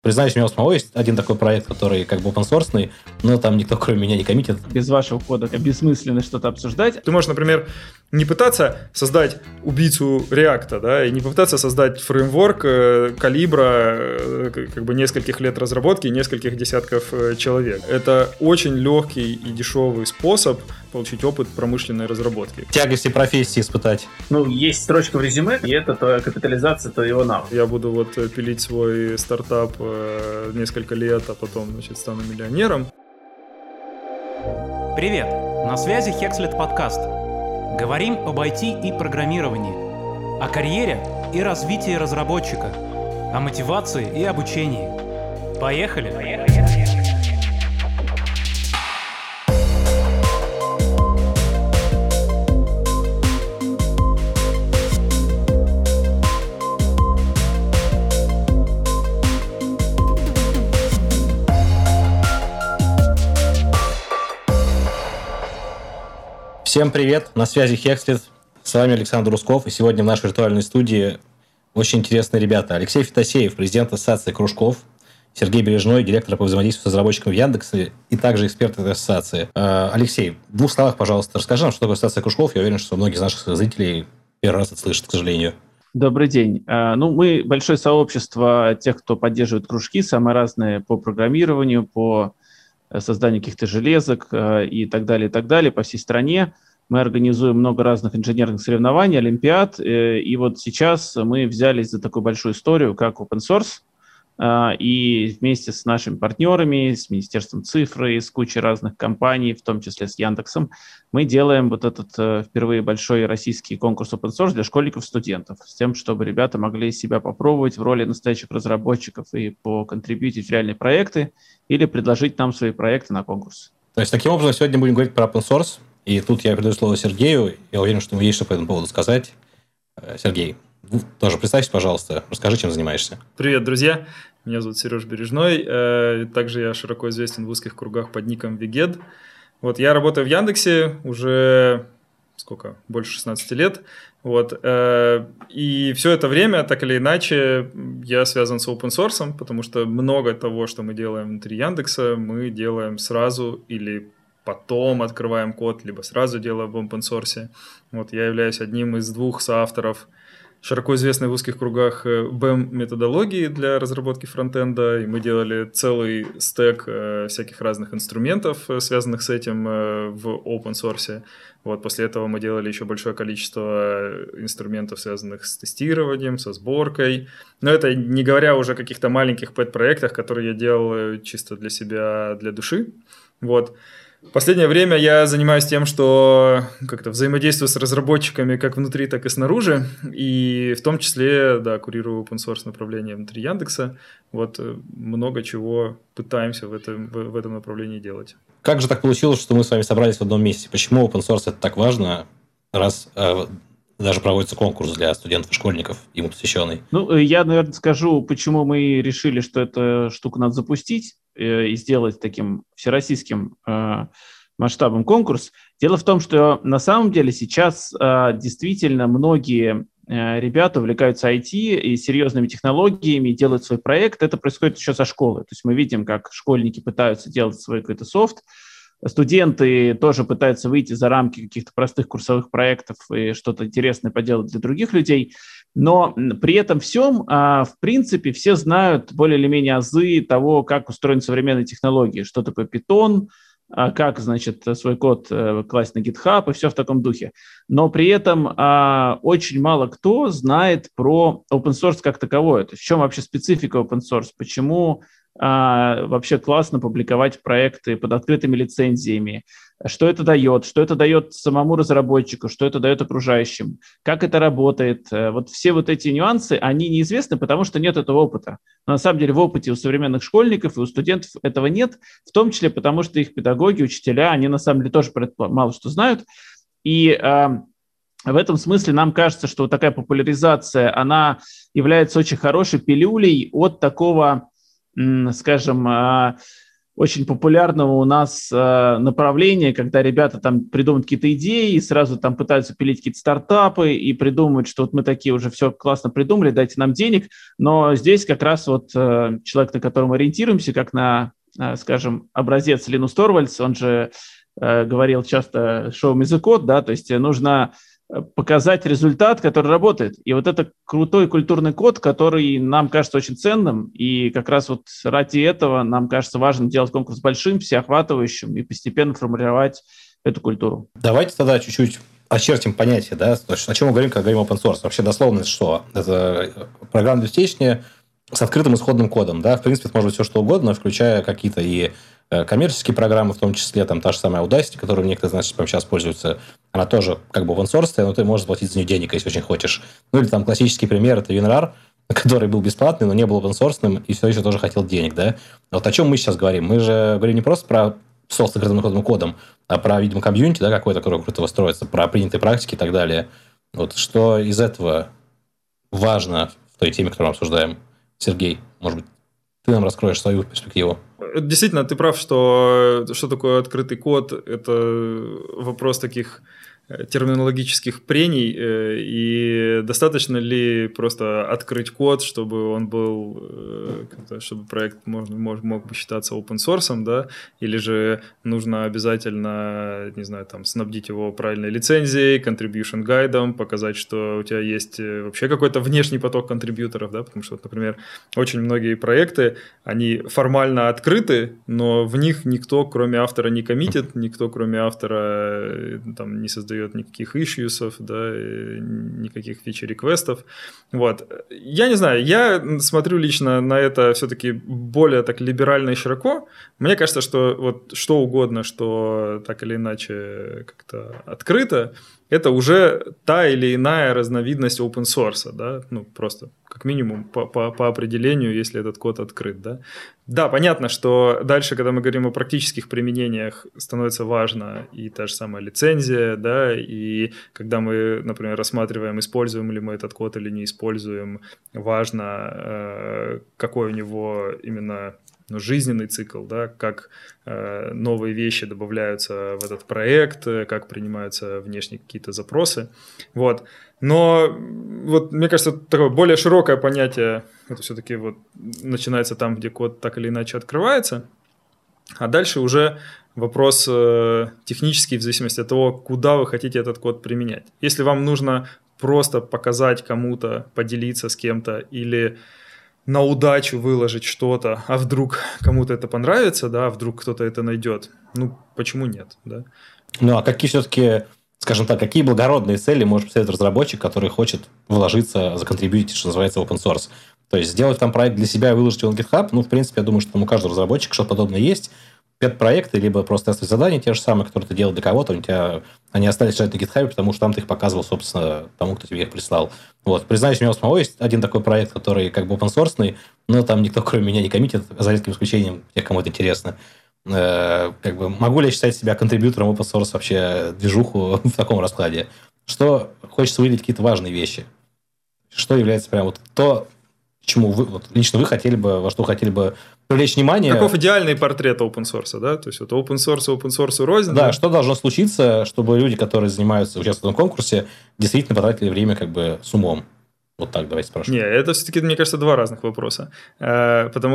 Признаюсь, у меня у самого есть один такой проект, который как бы open-source, но там никто, кроме меня, не коммитит. Без вашего кода бессмысленно что-то обсуждать. Ты можешь, например, не пытаться создать убийцу React, да, и не попытаться создать фреймворк калибра как бы нескольких лет разработки и нескольких десятков человек. Это очень легкий и дешевый способ получить опыт промышленной разработки. Тягости профессии испытать. Есть строчка в резюме, и это твоя капитализация твоего навыка. Я буду пилить свой стартап несколько лет, а потом, стану миллионером. Привет! На связи Hexlet подкаст. Говорим об IT и программировании, о карьере и развитии разработчика, о мотивации и обучении. Поехали! Всем привет, на связи Hexlet, с вами Александр Русков, и сегодня в нашей виртуальной студии очень интересные ребята. Алексей Федосеев, президент Ассоциации кружков, Сергей Бережной, директор по взаимодействию с разработчиками в Яндексе и также эксперт этой ассоциации. Алексей, в двух словах, пожалуйста, расскажи нам, что такое Ассоциация кружков. Я уверен, что многие из наших зрителей первый раз это слышат, к сожалению. Добрый день. Мы большое сообщество тех, кто поддерживает кружки, самые разные по программированию, по созданию каких-то железок и так далее по всей стране. Мы организуем много разных инженерных соревнований, олимпиад, и вот сейчас мы взялись за такую большую историю, как open source, и вместе с нашими партнерами, с Министерством цифры, с кучей разных компаний, в том числе с Яндексом, мы делаем вот этот впервые большой российский конкурс open source для школьников-студентов, с тем, чтобы ребята могли себя попробовать в роли настоящих разработчиков и поконтрибьютить в реальные проекты или предложить нам свои проекты на конкурс. То есть, таким образом, сегодня будем говорить про open source, и тут я передаю слово Сергею. Я уверен, что ему есть что по этому поводу сказать. Сергей, тоже представься, пожалуйста, расскажи, чем занимаешься. Привет, друзья. Меня зовут Сереж Бережной. Также я широко известен в узких кругах под ником Вегед. Я работаю в Яндексе уже больше 16 лет. И все это время, так или иначе, я связан с open source, потому что много того, что мы делаем внутри Яндекса, мы делаем сразу или потом открываем код, либо сразу делаем в open source. Я являюсь одним из двух соавторов широко известной в узких кругах BEM-методологии для разработки фронтенда, и мы делали целый стек всяких разных инструментов, связанных с этим в open source. После этого мы делали еще большое количество инструментов, связанных с тестированием, со сборкой. Но это не говоря уже о каких-то маленьких пэт-проектах, которые я делал чисто для себя, для души. В последнее время я занимаюсь тем, что как-то взаимодействую с разработчиками как внутри, так и снаружи, и в том числе, курирую open source направление внутри Яндекса. Много чего пытаемся в этом направлении делать. Как же так получилось, что мы с вами собрались в одном месте? Почему open source это так важно, раз даже проводится конкурс для студентов и школьников, ему посвященный? Я, наверное, скажу, почему мы решили, что эту штуку надо запустить и сделать таким всероссийским масштабом конкурс. Дело в том, что на самом деле сейчас действительно многие ребята увлекаются IT и серьезными технологиями, делают свой проект. Это происходит еще со школы. То есть мы видим, как школьники пытаются делать свой какой-то софт, студенты тоже пытаются выйти за рамки каких-то простых курсовых проектов и что-то интересное поделать для других людей. Но при этом всем, в принципе, все знают более или менее азы того, как устроены современные технологии, что такое Python, как, свой код класть на GitHub и все в таком духе. Но при этом очень мало кто знает про open source как таковое. То есть в чем вообще специфика open source, почему вообще классно публиковать проекты под открытыми лицензиями, что это дает самому разработчику, что это дает окружающим, как это работает. Все эти нюансы, они неизвестны, потому что нет этого опыта. Но на самом деле в опыте у современных школьников и у студентов этого нет, в том числе потому, что их педагоги, учителя, они на самом деле тоже про это мало что знают. И в этом смысле нам кажется, что такая популяризация, она является очень хорошей пилюлей от такого, очень популярного у нас направления, когда ребята там придумывают какие-то идеи и сразу там пытаются пилить какие-то стартапы и придумывают, что вот мы такие уже все классно придумали, дайте нам денег. Но здесь как раз вот человек, на котором мы ориентируемся, как на, скажем, образец Линус Торвальдс, он же говорил часто «show me the code», да, то есть нужно показать результат, который работает. И вот это крутой культурный код, который нам кажется очень ценным, и как раз вот ради этого нам кажется важно делать конкурс большим, всеохватывающим и постепенно формировать эту культуру. Давайте тогда чуть-чуть очертим понятие, да, о чем мы говорим, когда говорим open source. Вообще дословно это что? Это программное обеспечение с открытым исходным кодом, да, в принципе, это может быть все что угодно, включая какие-то и коммерческие программы, в том числе там та же самая Udacity, которая некоторые, значит, прямо сейчас пользуются, она тоже как бы open source, но ты можешь заплатить за нее денег, если очень хочешь. Ну или там классический пример, это WinRAR, который был бесплатный, но не был open source, и все еще тоже хотел денег, да. Вот о чем мы сейчас говорим? Мы же говорим не просто про софт с открытым исходным кодом, а про, видимо, комьюнити, да, какой-то, который круто строится, про принятые практики и так далее. Вот что из этого важно в той теме, которую мы обсуждаем? Сергей, может быть, ты нам раскроешь свою перспективу. Действительно, ты прав, что такое открытый код. Это вопрос таких терминологических прений, и достаточно ли просто открыть код, чтобы он был, чтобы проект мог бы считаться open source, да, или же нужно обязательно, не знаю, там, снабдить его правильной лицензией, contribution гайдом, показать, что у тебя есть вообще какой-то внешний поток контрибьюторов, да, потому что, вот, например, очень многие проекты, они формально открыты, но в них никто, кроме автора, не коммитит, никто, кроме автора, там, не создает никаких ишьюсов, да, никаких фичи-реквестов. Вот. Я не знаю, я смотрю лично на это все-таки более так либерально и широко. Мне кажется, что вот что угодно, что так или иначе как-то открыто, это уже та или иная разновидность open source, да, ну, просто как минимум по определению, если этот код открыт, да. Да, понятно, что дальше, когда мы говорим о практических применениях, становится важно и та же самая лицензия, да, и когда мы, например, рассматриваем, используем ли мы этот код или не используем, важно, какой у него именно жизненный цикл, да, как новые вещи добавляются в этот проект, как принимаются внешние какие-то запросы. Вот. Но вот, мне кажется, такое более широкое понятие, это все-таки вот начинается там, где код так или иначе открывается, а дальше уже вопрос технический в зависимости от того, куда вы хотите этот код применять. Если вам нужно просто показать кому-то, поделиться с кем-то или на удачу выложить что-то, а вдруг кому-то это понравится, да, а вдруг кто-то это найдет. Ну, почему нет, да? Ну, а какие все-таки, скажем так, какие благородные цели может преследовать разработчик, который хочет вложиться, законтрибьютить, что называется, open source? То есть, сделать там проект для себя и выложить его на GitHub, ну, в принципе, я думаю, что там у каждого разработчика что-то подобное есть. Пет-проекты, либо просто тестовые задания, те же самые, которые ты делал для кого-то, у тебя они остались лежать на GitHub, потому что там ты их показывал, собственно, тому, кто тебе их прислал. Вот. Признаюсь, у меня у самого есть один такой проект, который как бы open-source, но там никто, кроме меня, не коммитит, за редким исключением тех, кому это интересно. Как бы, могу ли я считать себя контрибьютором open-source вообще движуху в таком раскладе? Что хочется выделить какие-то важные вещи? Что является прям вот то, чему вы, вот, лично вы хотели бы, во что хотели бы привлечь внимание. Каков идеальный портрет open source, да? То есть, вот open source рознь. Да, что должно случиться, чтобы люди, которые занимаются, участвуют в этом конкурсе, действительно потратили время как бы с умом? Вот так, давайте спрошу. Не, это все-таки, мне кажется, два разных вопроса. Потому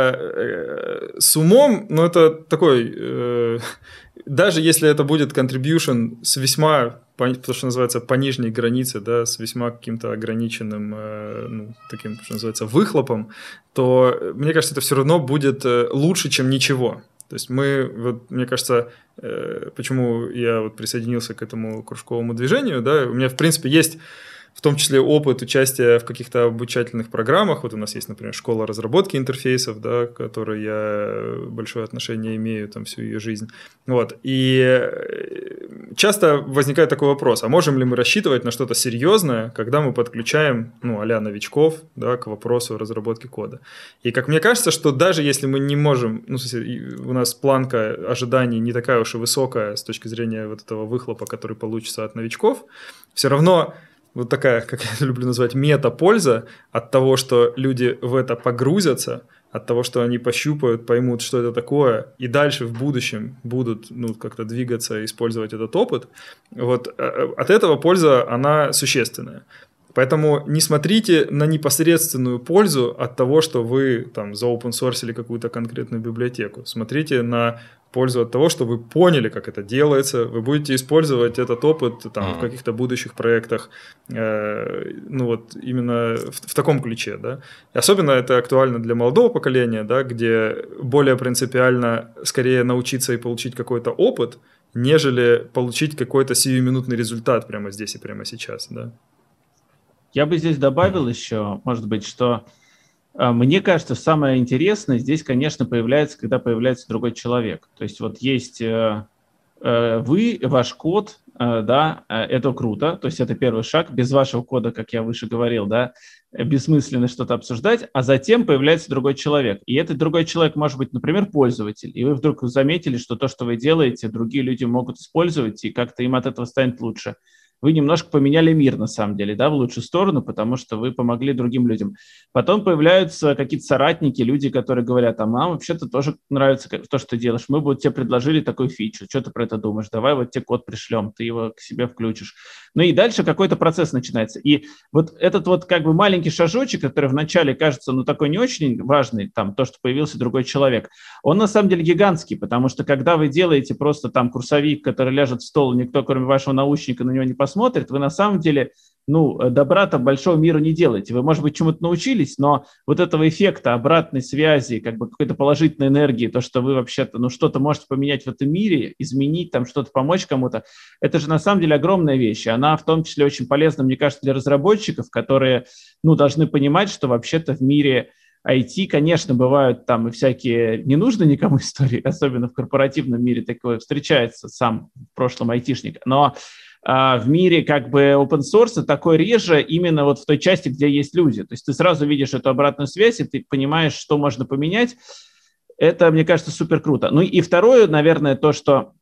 что с умом, ну, это такой... Даже если это будет contribution с весьма, то, что называется, по нижней границе, да, с весьма каким-то ограниченным, ну, таким, что называется, выхлопом, то, мне кажется, это все равно будет лучше, чем ничего. То есть мы, вот, мне кажется, почему я вот присоединился к этому кружковому движению, да, у меня, в принципе, есть... В том числе опыт участия в каких-то обучательных программах. Вот у нас есть, например, школа разработки интерфейсов, да, к которой я большое отношение имею там, всю ее жизнь. Вот. И часто возникает такой вопрос, а можем ли мы рассчитывать на что-то серьезное, когда мы подключаем, ну, а-ля новичков, да, к вопросу разработки кода. И как мне кажется, что даже если мы не можем, ну, у нас планка ожиданий не такая уж и высокая с точки зрения вот этого выхлопа, который получится от новичков, все равно вот такая, как я это люблю называть, мета-польза от того, что люди в это погрузятся, от того, что они пощупают, поймут, что это такое, и дальше в будущем будут как-то двигаться, использовать этот опыт, вот от этого польза, она существенная. Поэтому не смотрите на непосредственную пользу от того, что вы там заопенсорсили какую-то конкретную библиотеку. Смотрите на пользу от того, что вы поняли, как это делается, вы будете использовать этот опыт там, в каких-то будущих проектах, именно в таком ключе. Да? И особенно это актуально для молодого поколения, да, где более принципиально скорее научиться и получить какой-то опыт, нежели получить какой-то сиюминутный результат прямо здесь и прямо сейчас. Да? Я бы здесь добавил еще, может быть, что мне кажется, самое интересное здесь, конечно, появляется, когда появляется другой человек. То есть вот есть вы, ваш код, да, это круто, то есть это первый шаг. Без вашего кода, как я выше говорил, да, бессмысленно что-то обсуждать, а затем появляется другой человек. И этот другой человек может быть, например, пользователь, и вы вдруг заметили, что то, что вы делаете, другие люди могут использовать, и как-то им от этого станет лучше. Вы немножко поменяли мир, на самом деле, да, в лучшую сторону, потому что вы помогли другим людям. Потом появляются какие-то соратники, люди, которые говорят, а нам вообще-то тоже нравится то, что ты делаешь. Мы бы тебе предложили такую фичу. Что ты про это думаешь? Давай вот тебе код пришлем, ты его к себе включишь. Ну и дальше какой-то процесс начинается. И вот этот вот как бы маленький шажочек, который вначале кажется, такой не очень важный, там, то, что появился другой человек, он на самом деле гигантский, потому что когда вы делаете просто там курсовик, который ляжет в стол, никто, кроме вашего научника, на него не посмотрит, вы на самом деле, добра-то большого мира не делаете. Вы, может быть, чему-то научились, но вот этого эффекта обратной связи, как бы какой-то положительной энергии, то, что вы вообще-то, что-то можете поменять в этом мире, изменить, там что-то помочь кому-то, это же на самом деле огромная вещь. И она в том числе очень полезна, мне кажется, для разработчиков, которые, должны понимать, что вообще-то в мире IT, конечно, бывают там и всякие не нужные никому истории, особенно в корпоративном мире такое встречается сам в прошлом айтишник, но в мире как бы open source такой реже именно вот в той части, где есть люди. То есть ты сразу видишь эту обратную связь, и ты понимаешь, что можно поменять. Это, мне кажется, супер круто. Ну и второе, наверное, то, что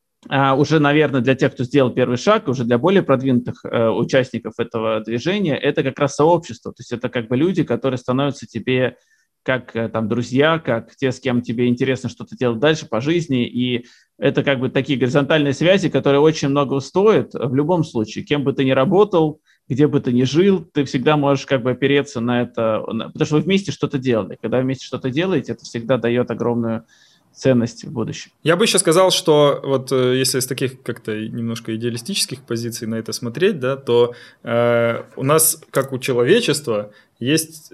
уже, наверное, для тех, кто сделал первый шаг, уже для более продвинутых участников этого движения, это как раз сообщество. То есть это как бы люди, которые становятся тебе как там друзья, как те, с кем тебе интересно что-то делать дальше по жизни. И это как бы такие горизонтальные связи, которые очень много стоят в любом случае. Кем бы ты ни работал, где бы ты ни жил, ты всегда можешь как бы опереться на это, потому что вы вместе что-то делали. Когда вы вместе что-то делаете, это всегда дает огромную ценность в будущем. Я бы еще сказал, что вот если с таких как-то немножко идеалистических позиций на это смотреть, да, то у нас, как у человечества, есть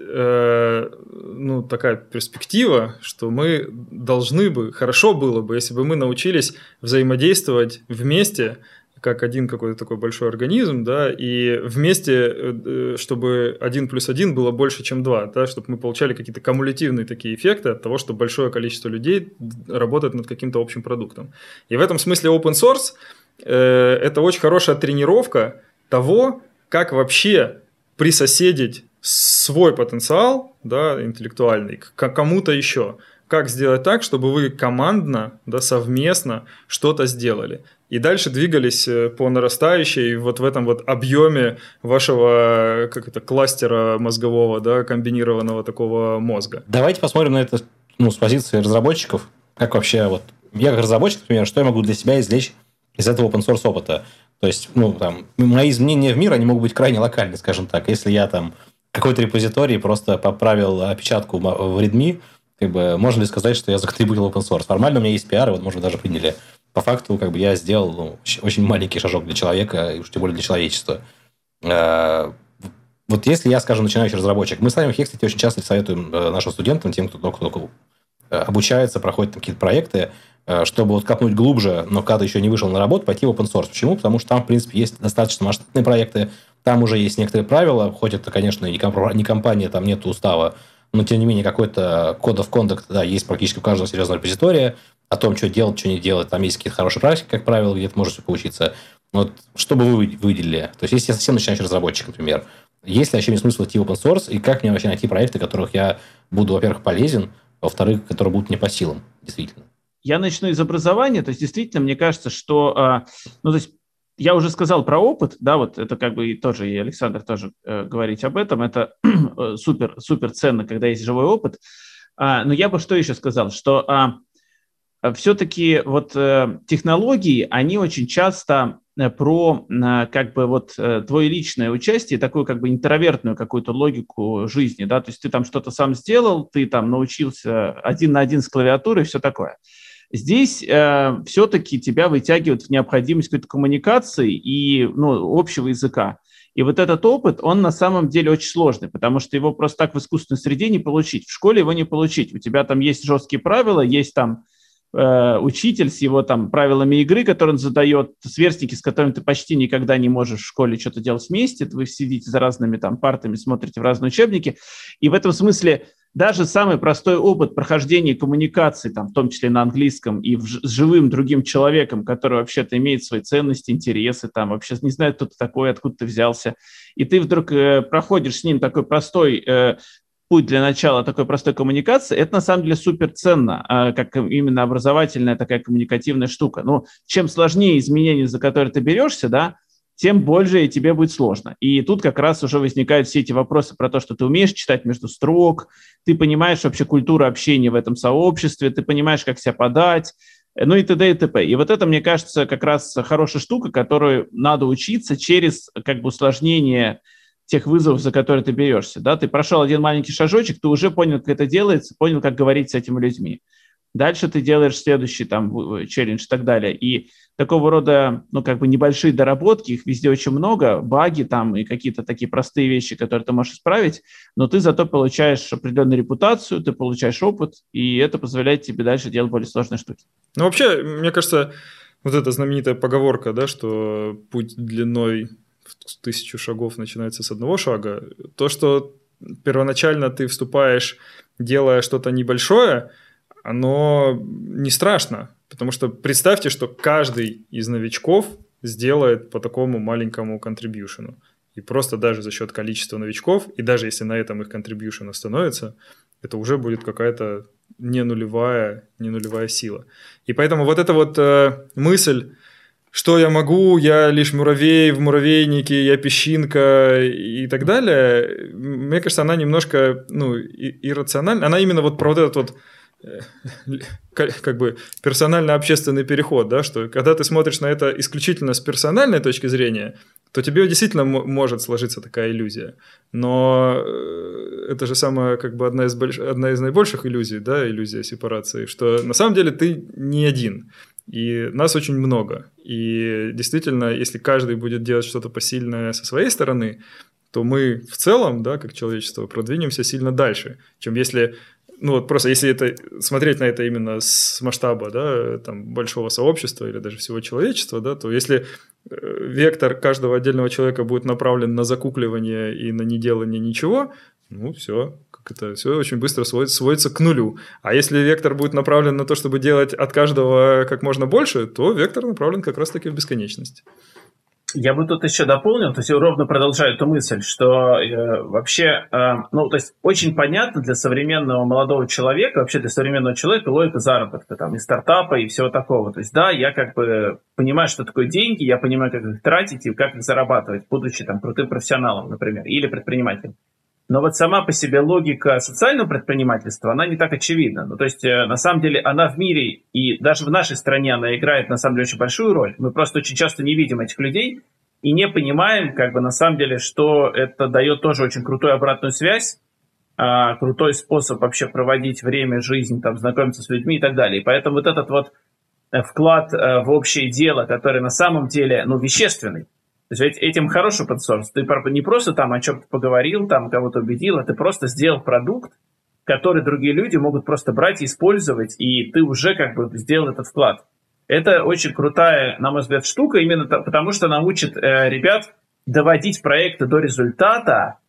такая перспектива, что мы должны бы, хорошо было бы, если бы мы научились взаимодействовать вместе, как один какой-то такой большой организм, да, и вместе, чтобы 1 + 1 было больше, чем 2, да, чтобы мы получали какие-то кумулятивные такие эффекты от того, что большое количество людей работает над каким-то общим продуктом. И в этом смысле open source это очень хорошая тренировка того, как вообще присоседить свой потенциал, да, интеллектуальный к кому-то еще. Как сделать так, чтобы вы командно, да, совместно что-то сделали. И дальше двигались по нарастающей вот в этом вот объеме вашего кластера мозгового, да, комбинированного такого мозга. Давайте посмотрим на это с позиции разработчиков. Как вообще я как разработчик, например, что я могу для себя извлечь из этого open source опыта? То есть, мои изменения в мир, они могут быть крайне локальны, скажем так. Если я там какой-то репозиторий просто поправил опечатку в readme, можно ли сказать, что я законтрибутил open source? Формально у меня есть PR, и может, даже приняли. По факту, я сделал очень маленький шажок для человека, и уж тем более для человечества. Вот если я, скажем, начинающий разработчик, мы с вами в Hexlet очень часто советуем нашим студентам, тем, кто только обучается, проходит какие-то проекты, чтобы копнуть глубже, но когда еще не вышел на работу, пойти в open source. Почему? Потому что там, в принципе, есть достаточно масштабные проекты, там уже есть некоторые правила, хоть это, конечно, не компания, там нет устава, но, тем не менее, какой-то code of conduct, да, есть практически у каждого серьезного репозитория, о том, что делать, что не делать. Там есть какие-то хорошие практики, как правило, где ты можешь поучиться. Вот что бы вы выделили? То есть, если я совсем начинающий разработчик, например, есть ли вообще смысл идти в open source, и как мне вообще найти проекты, в которых я буду, во-первых, полезен, во-вторых, которые будут мне по силам, действительно? Я начну из образования. То есть, действительно, мне кажется, что я уже сказал про опыт, да, вот это как бы тоже, и Александр тоже говорить об этом, это супер ценно, когда есть живой опыт. Но я бы что еще сказал, что все-таки вот технологии, они очень часто про как бы вот твое личное участие, такую как бы интровертную какую-то логику жизни, да, то есть ты там что-то сам сделал, ты там научился 1 на 1 с клавиатурой и все такое. Здесь все-таки тебя вытягивают в необходимость какой-то коммуникации и общего языка. И вот этот опыт, он на самом деле очень сложный, потому что его просто так в искусственной среде не получить, в школе его не получить. У тебя там есть жесткие правила, есть там учитель с его там правилами игры, которые он задает, сверстники, с которыми ты почти никогда не можешь в школе что-то делать вместе, вы сидите за разными там партами, смотрите в разные учебники, и в этом смысле даже самый простой опыт прохождения коммуникации, там, в том числе на английском, и с живым другим человеком, который вообще-то имеет свои ценности, интересы, там, вообще не знает, кто ты такой, откуда ты взялся, и ты вдруг проходишь с ним такой простой путь для начала такой простой коммуникации, это на самом деле супер ценно, как именно образовательная такая коммуникативная штука. Но чем сложнее изменения, за которые ты берешься, да, тем больше тебе будет сложно. И тут как раз уже возникают все эти вопросы про то, что ты умеешь читать между строк, ты понимаешь вообще культуру общения в этом сообществе, ты понимаешь, как себя подать, ну и т.д. и т.п. И вот это, мне кажется, как раз хорошая штука, которую надо учиться через как бы усложнение тех вызовов, за которые ты берешься. Да? Ты прошел один маленький шажочек, ты уже понял, как это делается, понял, как говорить с этими людьми. Дальше ты делаешь следующий там челлендж и так далее. И такого рода, как бы небольшие доработки, их везде очень много, баги там и какие-то такие простые вещи, которые ты можешь исправить, но ты зато получаешь определенную репутацию, ты получаешь опыт, и это позволяет тебе дальше делать более сложные штуки. Ну, вообще, мне кажется, вот эта знаменитая поговорка, да, что путь длиной в 1000 шагов начинается с одного шага. То, что первоначально ты вступаешь, делая что-то небольшое, оно не страшно. Потому что представьте, что каждый из новичков сделает по такому маленькому контрибьюшену. И просто даже за счет количества новичков, и даже если на этом их контрибьюшен остановится, это уже будет какая-то не нулевая сила. И поэтому вот эта вот мысль, что я могу, я лишь муравей в муравейнике, я песчинка и так далее, мне кажется, она немножко иррациональна. Она именно вот про вот этот вот как бы персонально-общественный переход, да, что когда ты смотришь на это исключительно с персональной точки зрения, то тебе действительно может сложиться такая иллюзия. Но это же самая, как бы одна из наибольших иллюзий, да, иллюзия сепарации, что на самом деле ты не один. И нас очень много. И действительно, если каждый будет делать что-то посильное со своей стороны, то мы в целом, да, как человечество, продвинемся сильно дальше, чем если... просто если это смотреть на это именно с масштаба, да, там, большого сообщества или даже всего человечества, да, то если вектор каждого отдельного человека будет направлен на закукливание и на неделание ничего, все очень быстро сводится к нулю. А если вектор будет направлен на то, чтобы делать от каждого как можно больше, то вектор направлен как раз-таки в бесконечность. Я бы тут еще дополнил, то есть ровно продолжаю эту мысль, что вообще, то есть очень понятно для современного молодого человека, вообще для современного человека логика заработка, там, и стартапа, и всего такого. То есть, да, я как бы понимаю, что такое деньги, я понимаю, как их тратить и как их зарабатывать, будучи там крутым профессионалом, например, или предпринимателем. Но вот сама по себе логика социального предпринимательства, она не так очевидна. То есть, на самом деле, она в мире, и даже в нашей стране она играет, на самом деле, очень большую роль. Мы просто очень часто не видим этих людей и не понимаем, как бы, на самом деле, что это дает тоже очень крутую обратную связь, крутой способ вообще проводить время, жизнь, там, знакомиться с людьми и так далее. И поэтому вот этот вот вклад в общее дело, который на самом деле, вещественный. То есть ведь этим хороший open source. Ты не просто там о чем-то поговорил, там кого-то убедил, а ты просто сделал продукт, который другие люди могут просто брать и использовать, и ты уже как бы сделал этот вклад. Это очень крутая, на мой взгляд, штука, именно потому что она учит ребят доводить проекты до результата,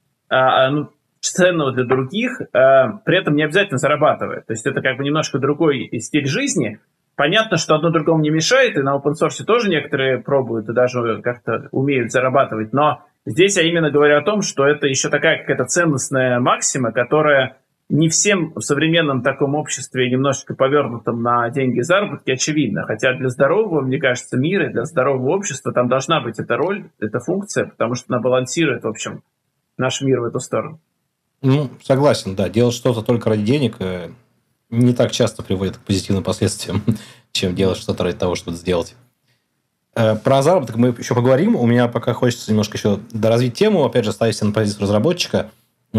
ценного для других, при этом не обязательно зарабатывая. То есть это как бы немножко другой стиль жизни. Понятно, что одно другому не мешает, и на open source тоже некоторые пробуют и даже как-то умеют зарабатывать, но здесь я именно говорю о том, что это еще такая какая-то ценностная максима, которая не всем в современном таком обществе, немножечко повернутом на деньги и заработки, очевидно. Хотя для здорового, мне кажется, мира и для здорового общества там должна быть эта роль, эта функция, потому что она балансирует, в общем, наш мир в эту сторону. Ну, согласен, да. Делать что-то только ради денег не так часто приводит к позитивным последствиям, чем делать что-то ради того, чтобы сделать. Про заработок мы еще поговорим. У меня пока хочется немножко еще доразвить тему. Опять же, ставить на позицию разработчика.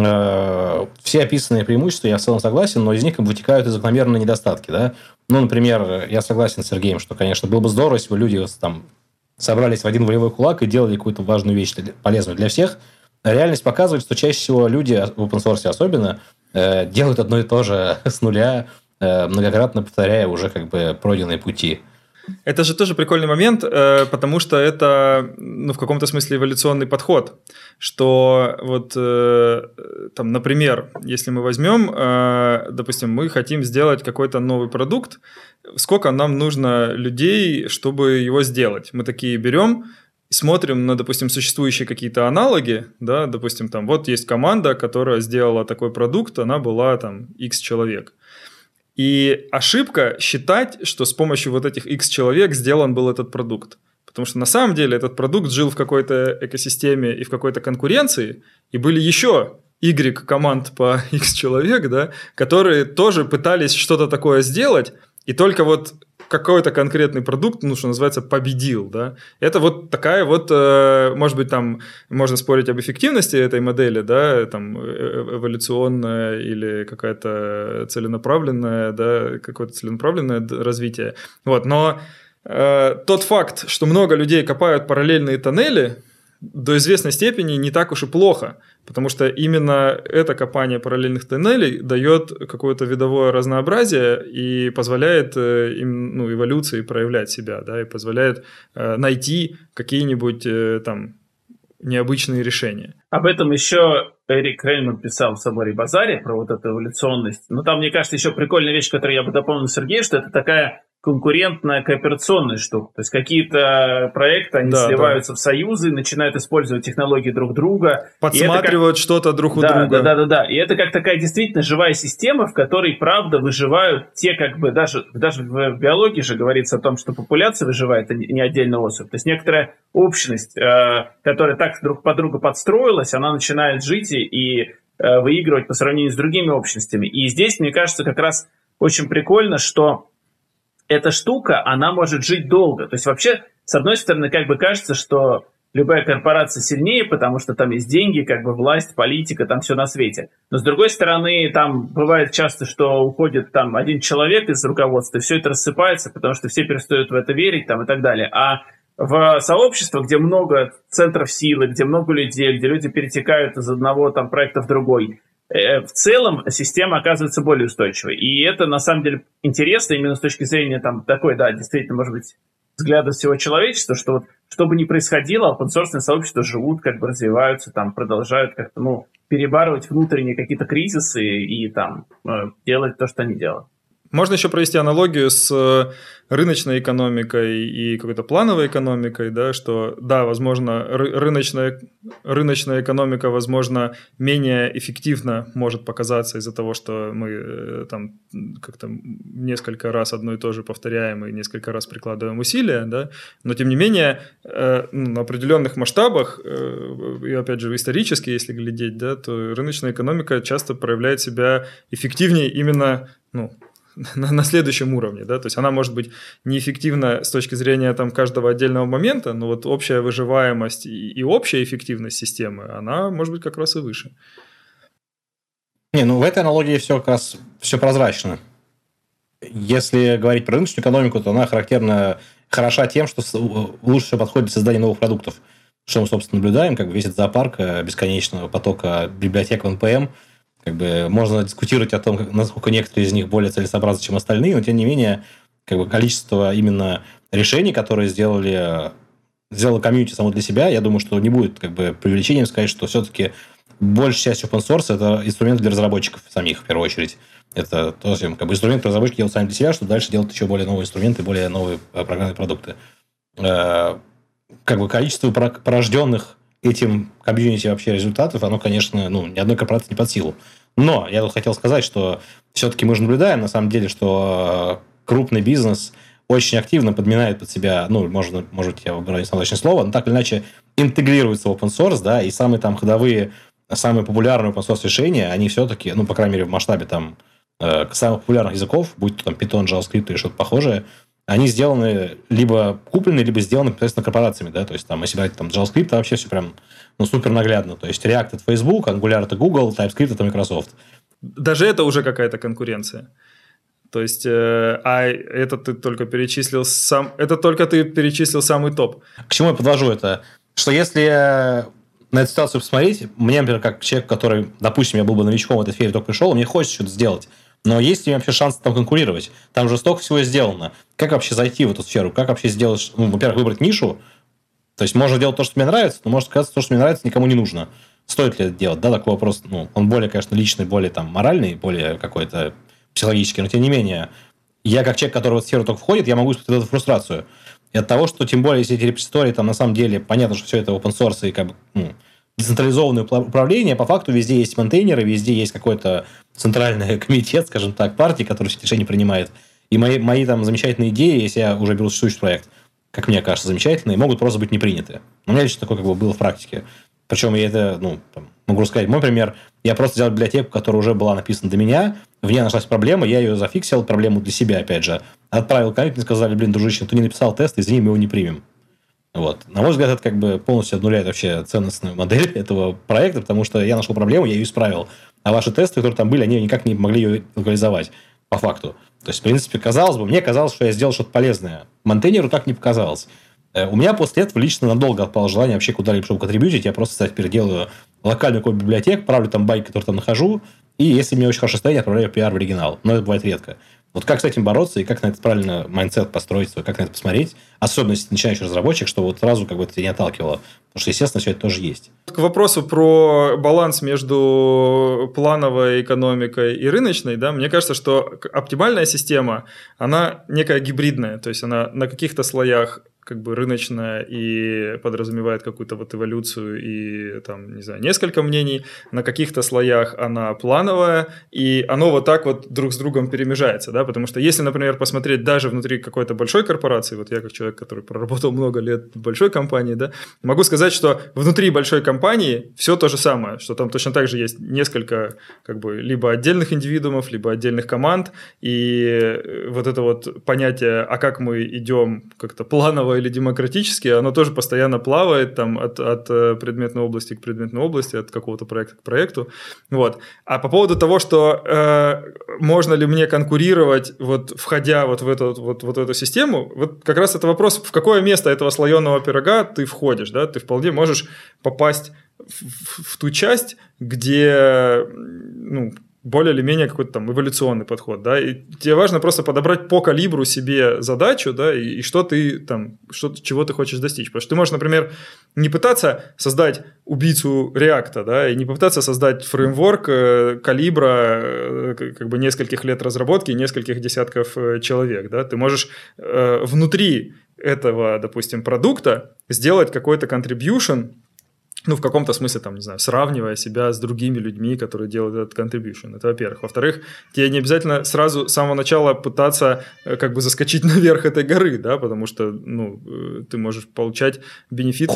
Все описанные преимущества я в целом согласен, но из них вытекают и закономерные недостатки. Да? Ну, например, я согласен с Сергеем, что, конечно, было бы здорово, если бы люди там собрались в один волевой кулак и делали какую-то важную вещь, полезную для всех. Реальность показывает, что чаще всего люди, в open source особенно, делают одно и то же с нуля, многократно повторяя уже как бы пройденные пути. Это же тоже прикольный момент, потому что это, ну, в каком-то смысле эволюционный подход, что вот, там, например, если мы возьмем, допустим, мы хотим сделать какой-то новый продукт, сколько нам нужно людей, чтобы его сделать? Мы такие берем, смотрим на, допустим, существующие какие-то аналоги, да, допустим, там, вот есть команда, которая сделала такой продукт, она была там X человек. И ошибка считать, что с помощью вот этих X человек сделан был этот продукт. Потому что на самом деле этот продукт жил в какой-то экосистеме и в какой-то конкуренции, и были еще Y команд по X человек, да, которые тоже пытались что-то такое сделать, и только вот какой-то конкретный продукт, ну, что называется, победил, да. Это вот такая вот, может быть, там можно спорить об эффективности этой модели, да, там эволюционная или какая-то целенаправленная, да, какое-то целенаправленное развитие. Вот, но тот факт, что много людей копают параллельные тоннели, до известной степени не так уж и плохо, потому что именно это копание параллельных тоннелей дает какое-то видовое разнообразие и позволяет им, ну, эволюции проявлять себя, да, и позволяет найти какие-нибудь там необычные решения. Об этом еще Эрик Рейнман писал в «Соборе Базаре», про вот эту эволюционность. Но там, мне кажется, еще прикольная вещь, которую я бы дополнил Сергею, что это такая конкурентная кооперационная штука. То есть какие-то проекты, они сливаются в союзы, начинают использовать технологии друг друга. Подсматривают что-то друг у друга. Да. И это как такая действительно живая система, в которой, правда, выживают те, как бы, даже в биологии же говорится о том, что популяция выживает, а не отдельная особь. То есть некоторая общность, которая так друг под друга подстроилась, она начинает жить и выигрывать по сравнению с другими общностями. И здесь, мне кажется, как раз очень прикольно, что эта штука, она может жить долго. То есть вообще, с одной стороны, как бы кажется, что любая корпорация сильнее, потому что там есть деньги, как бы власть, политика, там все на свете. Но с другой стороны, там бывает часто, что уходит там один человек из руководства, и все это рассыпается, потому что все перестают в это верить там, и так далее. А в сообществах, где много центров силы, где много людей, где люди перетекают из одного там проекта в другой, в целом система оказывается более устойчивой. И это, на самом деле, интересно именно с точки зрения там, такой, да, действительно, может быть, взгляда всего человечества, что вот, что бы ни происходило, open-source сообщества живут, как бы развиваются, там, продолжают как-то, ну, перебарывать внутренние какие-то кризисы и там делать то, что они делают. Можно еще провести аналогию с рыночной экономикой и какой-то плановой экономикой, да, что, да, возможно, рыночная экономика, возможно, менее эффективно может показаться из-за того, что мы там как-то несколько раз одно и то же повторяем и несколько раз прикладываем усилия, да, но, тем не менее, на определенных масштабах, и, опять же, исторически, если глядеть, да, то рыночная экономика часто проявляет себя эффективнее именно, ну, на следующем уровне, да, то есть она может быть неэффективна с точки зрения там каждого отдельного момента, но вот общая выживаемость и общая эффективность системы, она может быть как раз и выше. Не, ну в этой аналогии все как раз все прозрачно. Если говорить про рыночную экономику, то она хороша тем, что лучше всего подходит для создания новых продуктов, что мы, собственно, наблюдаем, как бы весь этот зоопарк бесконечного потока библиотек в NPM. Как бы можно дискутировать о том, насколько некоторые из них более целесообразны, чем остальные, но, тем не менее, как бы количество именно решений, которые сделало комьюнити само для себя, я думаю, что не будет как бы преувеличением сказать, что все-таки большая часть open source – это инструмент для разработчиков самих, в первую очередь. Это тоже как бы инструмент разработчики делают сами для себя, чтобы дальше делать еще более новые инструменты, более новые программные продукты. Как бы количество порожденных этим комьюнити вообще результатов, оно, конечно, ни одной корпорации не под силу. Но я тут хотел сказать, что все-таки мы же наблюдаем, на самом деле, что крупный бизнес очень активно подминает под себя, ну, может быть, я выбираю неудачное слово, но так или иначе интегрируется в open source, да, и самые там ходовые, самые популярные open source решения, они все-таки, ну, по крайней мере, в масштабе там самых популярных языков, будь то там Python, JavaScript или что-то похожее, они сделаны либо куплены, либо сделаны непосредственно корпорациями, да, то есть там, если брать там JavaScript, там вообще все прям, ну, супер наглядно, то есть React – это Facebook, Angular – это Google, TypeScript – это Microsoft. Даже это уже какая-то конкуренция. То есть, это ты только перечислил самый топ. К чему я подвожу это? Что если на эту ситуацию посмотреть, мне, например, как человек, который, допустим, я был бы новичком в этой сфере, только пришел, мне хочется что-то сделать. Но есть ли вообще шанс там конкурировать? Там же столько всего сделано. Как вообще зайти в эту сферу? Как вообще сделать, ну, во-первых, выбрать нишу? То есть, можно делать то, что мне нравится, но может оказаться, то, что мне нравится, никому не нужно. Стоит ли это делать? Да, такой вопрос, ну, он более, конечно, личный, более там моральный, более какой-то психологический, но тем не менее, я как человек, который в эту сферу только входит, я могу испытать эту фрустрацию. И от того, что, тем более, если эти репозитории, там, на самом деле, понятно, что все это open source и как бы, ну, децентрализованное управление, по факту везде есть контейнеры, везде есть какой-то центральный комитет, скажем так, партии, который все решения принимает. И мои там замечательные идеи, если я уже беру существующий проект, как мне кажется, замечательные, могут просто быть не приняты. У меня лично такое как бы было в практике. Причем я это, ну, могу рассказать. Мой пример, я просто взял библиотеку, которая уже была написана до меня, в ней нашлась проблема, я ее зафиксил, проблему для себя, опять же, отправил коммент, мне сказали, блин, дружище, ты не написал тест, извини, мы его не примем. Вот. На мой взгляд, это как бы полностью обнуляет вообще ценностную модель этого проекта, потому что я нашел проблему, я ее исправил. А ваши тесты, которые там были, они никак не могли ее локализовать, по факту. То есть, в принципе, казалось бы, мне казалось, что я сделал что-то полезное. Монтейнеру так не показалось. У меня после этого лично надолго отпало желание вообще куда-либо чтобы контрибьютить. Я просто, кстати, переделаю локальную копию библиотек, правлю там байки, которые там нахожу, и если мне очень хорошее состояние, отправляю PR в оригинал. Но это бывает редко. Вот как с этим бороться и как на это правильно майндсет построить свой, как на это посмотреть, особенно если ты начинающий разработчик, чтобы вот сразу как бы это тебя не отталкивало. Потому что, естественно, все это тоже есть. К вопросу про баланс между плановой экономикой и рыночной, да, мне кажется, что оптимальная система, она некая гибридная, то есть она на каких-то слоях как бы рыночная и подразумевает какую-то вот эволюцию и там, не знаю, несколько мнений, на каких-то слоях она плановая, и оно вот так вот друг с другом перемежается, да, потому что если, например, посмотреть даже внутри какой-то большой корпорации, вот я как человек, который проработал много лет в большой компании, да, могу сказать, что внутри большой компании все то же самое, что там точно так же есть несколько как бы либо отдельных индивидуумов, либо отдельных команд, и вот это вот понятие, а как мы идем как-то планово или демократически, оно тоже постоянно плавает там от предметной области к предметной области, от какого-то проекта к проекту. Вот. А по поводу того, что можно ли мне конкурировать, вот, входя вот в эту систему, вот как раз это вопрос, в какое место этого слоеного пирога ты входишь, да, ты вполне можешь попасть в ту часть, где, ну, более или менее какой-то там эволюционный подход, да, и тебе важно просто подобрать по калибру себе задачу, да, и что ты там, чего ты хочешь достичь, потому что ты можешь, например, не пытаться создать убийцу React, да, и не попытаться создать фреймворк калибра как бы нескольких лет разработки, нескольких десятков человек, да, ты можешь внутри этого, допустим, продукта сделать какой-то contribution, ну, в каком-то смысле, там, не знаю, сравнивая себя с другими людьми, которые делают этот contribution. Это во-первых. Во-вторых, тебе не обязательно сразу с самого начала пытаться как бы заскочить наверх этой горы, да, потому что, ну, ты можешь получать бенефиты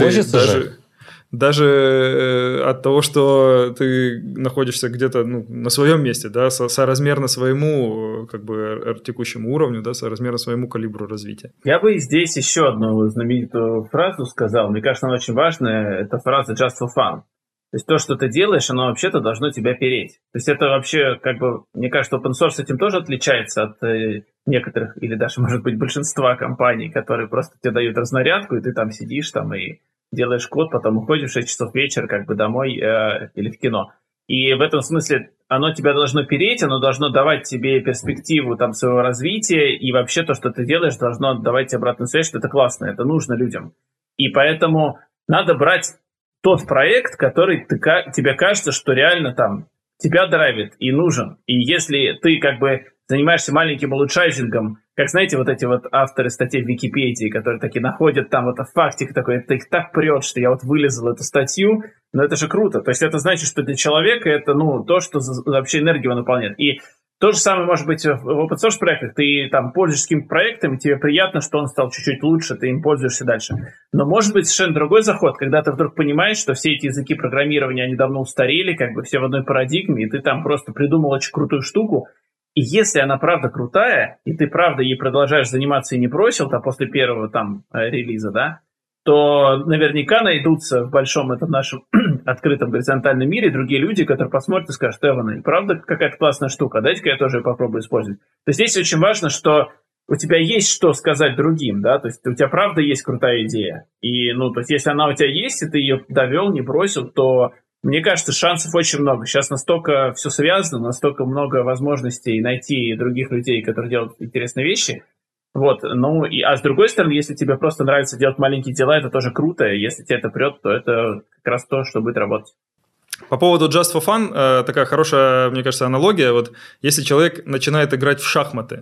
даже от того, что ты находишься где-то, ну, на своем месте, да, соразмерно своему как бы текущему уровню, да, соразмерно своему калибру развития. Я бы здесь еще одну знаменитую фразу сказал, мне кажется, она очень важная, это фраза just for fun. То есть то, что ты делаешь, оно вообще-то должно тебя переть. То есть это вообще, как бы, мне кажется, open source этим тоже отличается от некоторых, или даже, может быть, большинства компаний, которые просто тебе дают разнарядку, и ты там сидишь там и делаешь код, потом уходишь в 6 часов вечера как бы домой или в кино. И в этом смысле оно тебя должно переть, оно должно давать тебе перспективу там своего развития, и вообще то, что ты делаешь, должно давать тебе обратную связь, что это классно, это нужно людям. И поэтому надо брать тот проект, который тебе кажется, что реально там тебя драйвит и нужен. И если ты как бы занимаешься маленьким улучшайзингом как, знаете, вот эти вот авторы статей в Википедии, которые такие находят там вот фактик такой, это их так прет, что я вот вылезал эту статью, но это же круто. То есть это значит, что для человека это, то, что вообще энергию он наполняет. И то же самое может быть в open source проектах. Ты там пользуешься каким-то проектом, и тебе приятно, что он стал чуть-чуть лучше, ты им пользуешься дальше. Но может быть совершенно другой заход, когда ты вдруг понимаешь, что все эти языки программирования, они давно устарели, как бы все в одной парадигме, и ты там просто придумал очень крутую штуку. И если она правда крутая, и ты правда ей продолжаешь заниматься и не бросил, там после первого там релиза, да, то наверняка найдутся в большом этом нашем открытом горизонтальном мире другие люди, которые посмотрят и скажут: Эван, правда какая-то классная штука, дайте-ка я тоже ее попробую использовать. То есть здесь очень важно, что у тебя есть что сказать другим, да, то есть у тебя правда есть крутая идея. И, то есть если она у тебя есть, и ты ее довел, не бросил, то, мне кажется, шансов очень много. Сейчас настолько все связано, настолько много возможностей найти других людей, которые делают интересные вещи. Вот, а с другой стороны, если тебе просто нравится делать маленькие дела, это тоже круто. Если тебе это прет, то это как раз то, что будет работать. По поводу Just for Fun, такая хорошая, мне кажется, аналогия. Вот если человек начинает играть в шахматы,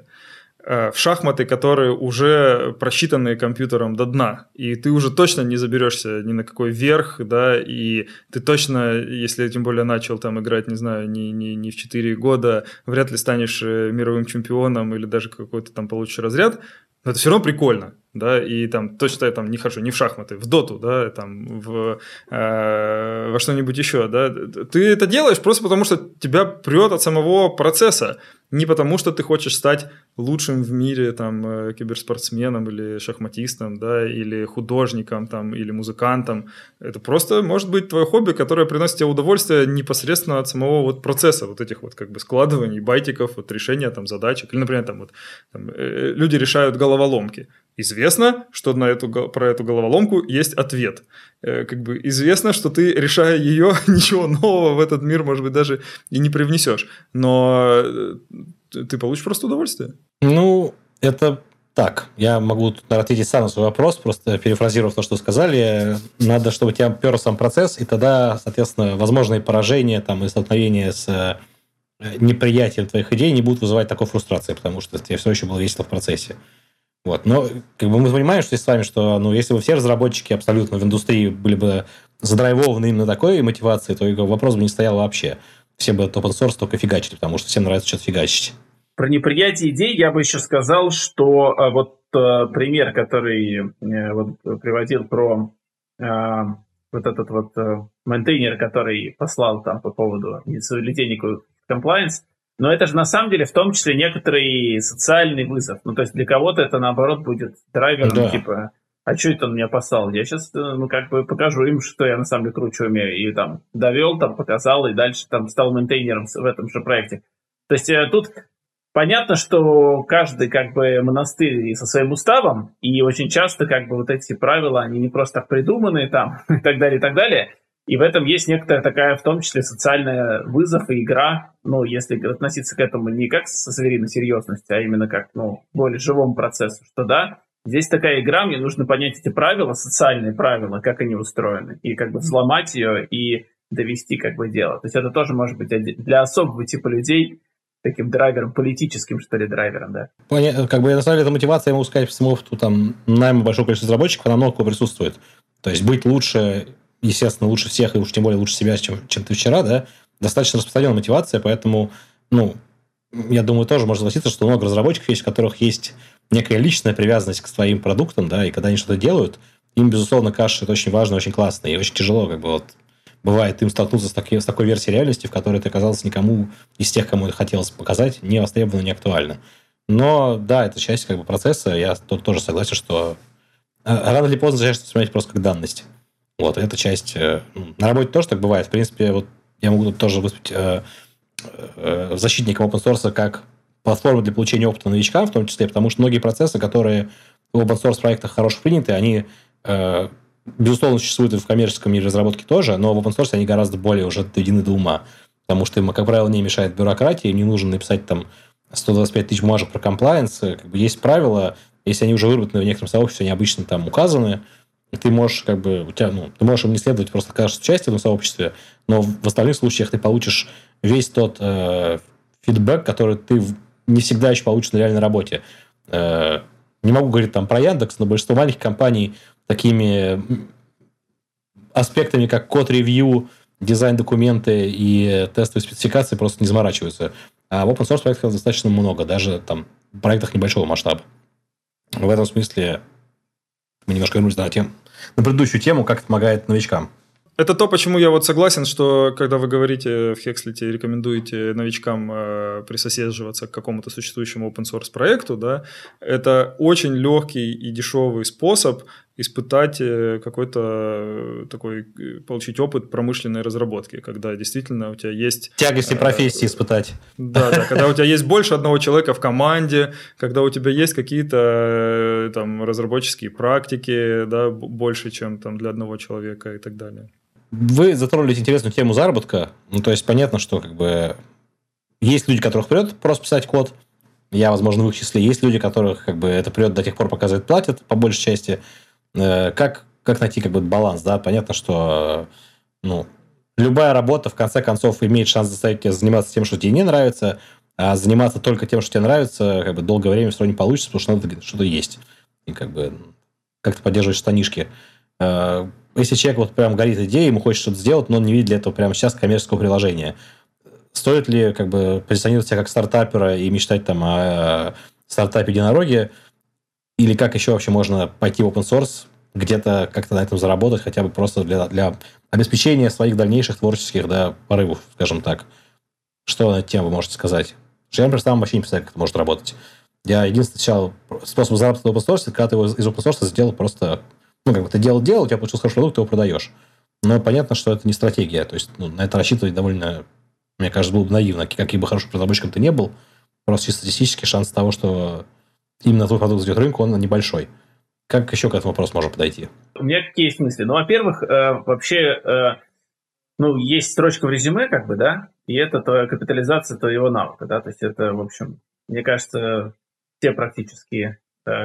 которые уже просчитаны компьютером до дна, и ты уже точно не заберешься ни на какой верх, да, и ты точно, если тем более начал там играть, не знаю, не в 4 года, вряд ли станешь мировым чемпионом или даже какой-то там получишь разряд, но это все равно прикольно, да, и там точно я там не хожу не в шахматы, в доту, да, там во что-нибудь еще, да, ты это делаешь просто потому, что тебя прет от самого процесса, не потому, что ты хочешь стать лучшим в мире там киберспортсменом или шахматистом, да, или художником там, или музыкантом. Это просто может быть твое хобби, которое приносит тебе удовольствие непосредственно от самого вот процесса вот этих вот как бы складываний, байтиков, вот решения там задачек. Или, например, там люди решают головоломки. Известно, что про эту головоломку есть ответ. Как бы известно, что ты, решая ее, ничего нового в этот мир, может быть, даже и не привнесешь. Но ты получишь просто удовольствие. Это так. Я могу тут ответить сам на свой вопрос, просто перефразировав то, что сказали. Надо, чтобы тебя пер сам процесс, и тогда, соответственно, возможные поражения там, и столкновения с неприятием твоих идей не будут вызывать такой фрустрации, потому что тебе все еще было весело в процессе. Вот. Но как бы мы понимаем, что с вами, что если бы все разработчики абсолютно в индустрии были бы задрайвованы именно такой мотивацией, то вопрос бы не стоял вообще. Все бы open source только фигачили, потому что всем нравится что-то фигачить. Про неприятие идей я бы еще сказал, что пример, который приводил про этот мейнтейнер, который послал там по поводу литейнику compliance, но это же на самом деле в том числе некоторый социальный вызов. То есть для кого-то это наоборот будет драйвером, да. Типа, а что это он меня послал? Я сейчас, покажу им, что я на самом деле круче умею. И там довел, там показал, и дальше там стал мейнтейнером в этом же проекте. То есть тут понятно, что каждый как бы монастырь со своим уставом, и очень часто как бы вот эти правила, они не просто так придуманы там и так далее, и так далее. И в этом есть некоторая такая, в том числе, социальная вызов и игра, если относиться к этому не как со звериной серьезностью, а именно как, более живому процессу, что да, здесь такая игра, мне нужно понять эти правила, социальные правила, как они устроены, и как бы взломать ее и довести как бы дело. То есть это тоже может быть для особого типа людей таким драйвером, политическим, что ли, драйвером, да. Как бы на самом деле эта мотивация, я могу сказать, по самому опыту, там, найма большого количества разработчиков, она много присутствует. То есть быть лучше, естественно, лучше всех, и уж тем более лучше себя, чем ты вчера, да, достаточно распространенная мотивация, поэтому, я думаю, тоже можно согласиться, что много разработчиков есть, у которых есть некая личная привязанность к своим продуктам, да, и когда они что-то делают, им, безусловно, кажется, что это очень важно, очень классно, и очень тяжело, как бы, бывает им столкнуться с такой версией реальности, в которой это оказалось никому из тех, кому это хотелось показать, не востребовано, не актуально. Но, да, это часть как бы процесса, я тут тоже согласен, что рано или поздно начинаешь воспринимать просто как данность. Вот, эта часть... На работе тоже так бывает. В принципе, я могу тут тоже выступить защитником open source как платформы для получения опыта новичкам, в том числе, потому что многие процессы, которые в open source проектах хороших приняты, они, безусловно, существуют и в коммерческом мире разработки тоже, но в open source они гораздо более уже доведены до ума, потому что им, как правило, не мешает бюрократия, им не нужно написать там 125 тысяч бумажек про комплаенс, как бы есть правила, если они уже выработаны в некотором сообществе, они обычно там указаны, ты можешь, как бы, ты можешь им не следовать, просто окажешься в части в сообществе, но в остальных случаях ты получишь весь тот фидбэк, который ты не всегда еще получишь на реальной работе. Не могу говорить там про Яндекс, но большинство маленьких компаний такими аспектами, как код-ревью, дизайн-документы и тестовые спецификации просто не заморачиваются. А в open-source проектах достаточно много, даже там в проектах небольшого масштаба. В этом смысле мы немножко вернулись на предыдущую тему, как это помогает новичкам. Это то, почему я вот согласен, что когда вы говорите в Hexlet, рекомендуете новичкам присоседживаться к какому-то существующему open-source проекту, да, это очень легкий и дешевый способ испытать какой-то такой, получить опыт промышленной разработки, когда действительно у тебя есть... Тягости профессии испытать. Да, когда у тебя есть больше одного человека в команде, когда у тебя есть какие-то там разработческие практики, да, больше, чем там для одного человека и так далее. Вы затронули интересную тему заработка. Ну, то есть, понятно, что как бы есть люди, которых придет просто писать код. Я, возможно, в их числе. Есть люди, которых как бы это придет до тех пор, пока за это платят, по большей части. Как найти как бы баланс, да? Понятно, что любая работа, в конце концов, имеет шанс заставить тебя заниматься тем, что тебе не нравится, а заниматься только тем, что тебе нравится, как бы долгое время все равно не получится, потому что надо что-то есть. И как бы как-то поддерживать штанишки. Если человек вот прям горит идеей, ему хочет что-то сделать, но он не видит для этого прямо сейчас коммерческого приложения, стоит ли как бы позиционировать себя как стартапера и мечтать там о стартапе-единороге, или как еще вообще можно пойти в open source, где-то как-то на этом заработать, хотя бы просто для обеспечения своих дальнейших творческих порывов, скажем так. Что на эту тему вы можете сказать? Я, например, сам вообще не представляю, как это может работать. Я единственный способ заработать в open source, когда ты его из open source сделал просто... ты делал, у тебя получился хороший продукт, ты его продаешь. Но понятно, что это не стратегия. То есть, на это рассчитывать довольно, мне кажется, было бы наивно. Каким бы хорошим разработчиком ты не был, просто чисто статистически шанс того, что именно твой продукт зайдет в рынок, он небольшой. Как еще к этому вопросу можно подойти? У меня какие есть мысли? Во-первых, вообще, есть строчка в резюме, как бы, да, и это твоя капитализация твоего навыка, да, то есть это, в общем, мне кажется, все практически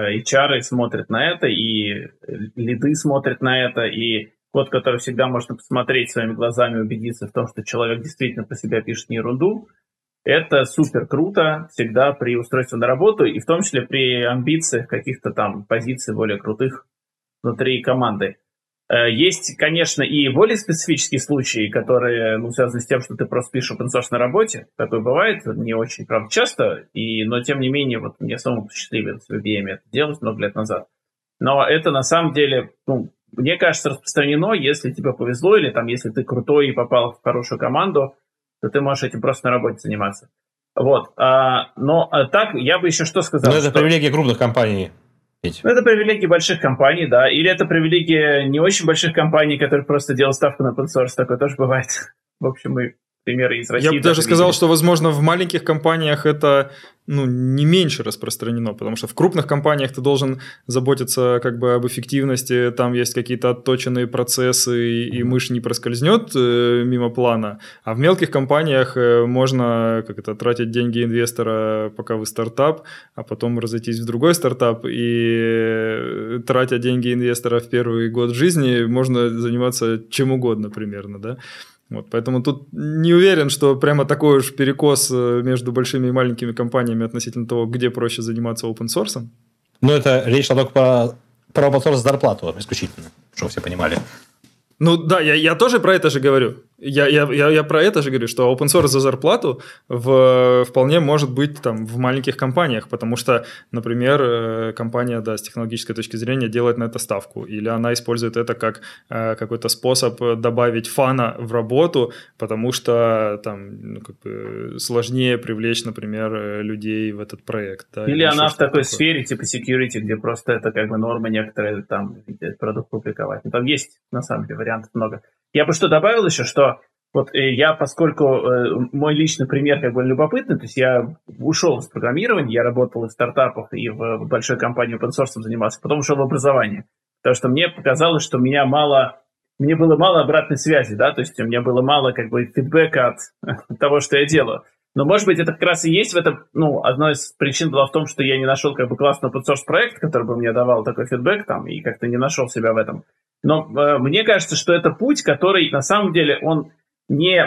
HR смотрят на это, и лиды смотрят на это, и код, который всегда можно посмотреть своими глазами, убедиться в том, что человек действительно про себя пишет не ерунду, это супер круто всегда при устройстве на работу, и в том числе при амбициях каких-то там позиций более крутых внутри команды. Есть, конечно, и более специфические случаи, которые связаны с тем, что ты просто пишешь open source на работе. Такое бывает, не очень, правда, часто, но тем не менее, вот мне самому посчастливилось в IBM это делать много лет назад. Но это на самом деле, мне кажется, распространено, если тебе повезло, или там, если ты крутой и попал в хорошую команду, то ты можешь этим просто на работе заниматься. Вот. Но так, я бы еще что сказал. Но это привилегия крупных компаний. Это привилегия больших компаний, да. Или это привилегия не очень больших компаний, которые просто делают ставку на open source. Такое тоже бывает. В общем, мы примеры из России. Я бы даже сказал, что, возможно, в маленьких компаниях это не меньше распространено, потому что в крупных компаниях ты должен заботиться как бы об эффективности, там есть какие-то отточенные процессы, и мышь не проскользнет мимо плана, а в мелких компаниях можно тратить деньги инвестора, пока вы стартап, а потом разойтись в другой стартап, и тратя деньги инвестора в первый год жизни, можно заниматься чем угодно примерно, да. Вот, поэтому тут не уверен, что прямо такой уж перекос между большими и маленькими компаниями относительно того, где проще заниматься open source. Это речь только про open source зарплату исключительно, чтобы все понимали. Да, я тоже про это же говорю. Я про это же говорю, что open source за зарплату вполне может быть там в маленьких компаниях, потому что, например, компания, с технологической точки зрения делает на это ставку, или она использует это как какой-то способ добавить фана в работу, потому что там сложнее привлечь, например, людей в этот проект. Да, или она в такой сфере типа security, где просто это норма некоторые там продукт публиковать. Там есть, на самом деле, вариантов много. Я бы что добавил еще, что я, поскольку мой личный пример любопытный, то есть я ушел из программирования, я работал и в стартапах, и в большой компании open source занимался, потом ушел в образование, потому что мне показалось, что мне было мало обратной связи, да, то есть у меня было мало фидбэка от того, что я делаю. Но, может быть, это как раз и есть в этом, одна из причин была в том, что я не нашел классный open source проект, который бы мне давал такой фидбэк и как-то не нашел себя в этом. Но мне кажется, что это путь, который на самом деле он не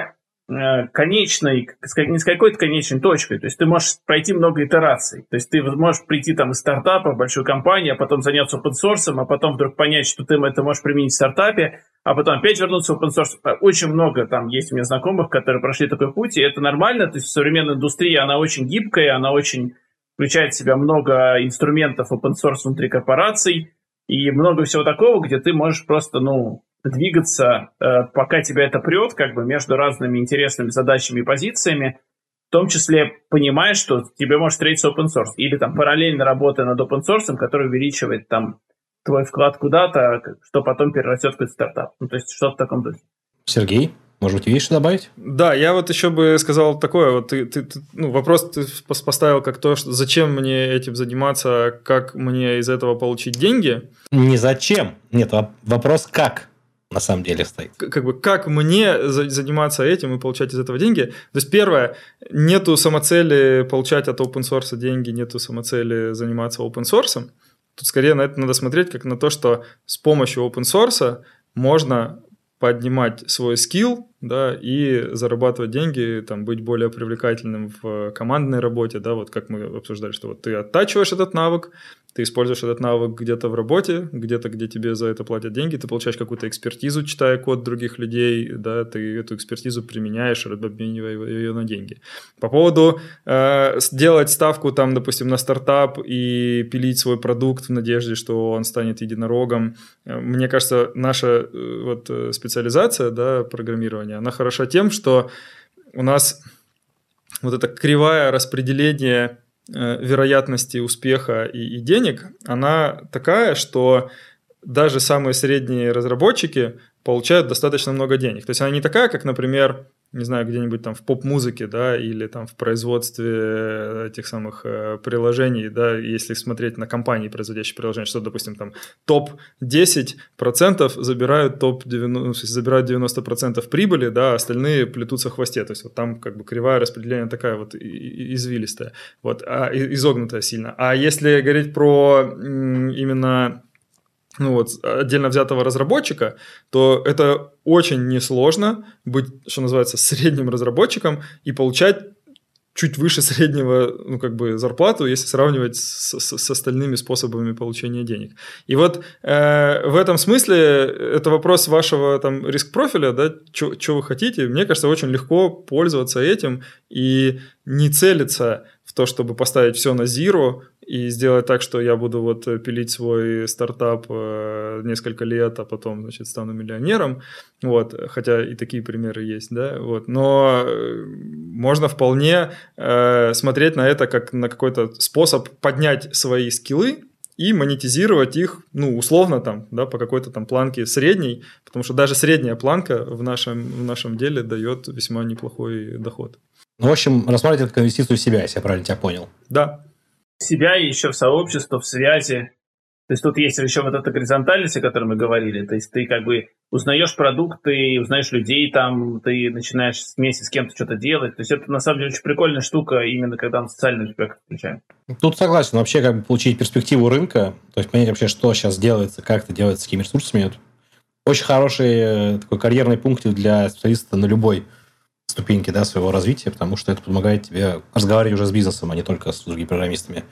конечной, не с какой-то конечной точкой. То есть ты можешь пройти много итераций. То есть ты можешь прийти там из стартапа в большую компанию, а потом заняться open source, а потом вдруг понять, что ты это можешь применить в стартапе, а потом опять вернуться в open source. Очень много там есть у меня знакомых, которые прошли такой путь, и это нормально. То есть современная индустрия, она очень гибкая, она очень включает в себя много инструментов open source внутри корпораций и много всего такого, где ты можешь просто, двигаться, пока тебя это прет, между разными интересными задачами и позициями, в том числе понимаешь, что тебе может встретиться open source, или там параллельно работая над open source, который увеличивает там твой вклад куда-то, что потом перерастет в какой-то стартап. То есть что-то в таком духе. Сергей, может быть, есть что добавить? Да, я вот еще бы сказал такое, вот ты вопрос ты поставил как то, что зачем мне этим заниматься, как мне из этого получить деньги. Не зачем, нет, вопрос как. На самом деле стоит. Как мне заниматься этим и получать из этого деньги? То есть, первое, нету самоцели получать от open source деньги, нету самоцели заниматься open source. Тут скорее на это надо смотреть как на то, что с помощью open source можно поднимать свой скилл, да, и зарабатывать деньги, там, быть более привлекательным в командной работе, да, вот как мы обсуждали, что вот ты оттачиваешь этот навык, ты используешь этот навык где-то в работе, где-то, где тебе за это платят деньги, ты получаешь какую-то экспертизу, читая код других людей, да, ты эту экспертизу применяешь, обменивая ее на деньги. По поводу сделать ставку, там, допустим, на стартап и пилить свой продукт в надежде, что он станет единорогом, мне кажется, наша вот специализация, да, программирования, она хороша тем, что у нас вот эта кривая распределения вероятности успеха и денег, она такая, что даже самые средние разработчики получают достаточно много денег. То есть она не такая, как, например, не знаю, где-нибудь там в поп-музыке, да, или там в производстве этих самых приложений, да, если смотреть на компании, производящие приложения, что, допустим, там топ-10% забирают забирают 90% прибыли, да, остальные плетутся в хвосте. То есть вот там как бы кривая распределения такая вот извилистая, вот, изогнутая сильно. А если говорить про именно отдельно взятого разработчика, то это очень несложно быть, что называется, средним разработчиком и получать чуть выше среднего, зарплату, если сравнивать с остальными способами получения денег. И вот в этом смысле это вопрос вашего там риск-профиля, да, что вы хотите. Мне кажется, очень легко пользоваться этим и не целиться в то, чтобы поставить все на zero и сделать так, что я буду вот пилить свой стартап несколько лет, а потом, значит, стану миллионером. Вот, хотя и такие примеры есть, да, вот. Но можно вполне смотреть на это как на какой-то способ поднять свои скиллы и монетизировать их, условно там, да, по какой-то там планке средней, потому что даже средняя планка в нашем деле дает весьма неплохой доход. В общем, рассматривать это как инвестицию в себя, если я правильно тебя понял. Да. В себя и еще в сообщество, в связи. То есть тут есть еще вот эта горизонтальность, о которой мы говорили. То есть ты узнаешь продукт, ты узнаешь людей там, ты начинаешь вместе с кем-то что-то делать. То есть это на самом деле очень прикольная штука, именно когда мы социальный аспект включаем. Тут согласен. Вообще получить перспективу рынка, то есть понять вообще, что сейчас делается, как это делается, с какими ресурсами. Это очень хороший такой карьерный пункт для специалиста на любой ступеньки, да, своего развития, потому что это помогает тебе разговаривать уже с бизнесом, а не только с другими программистами.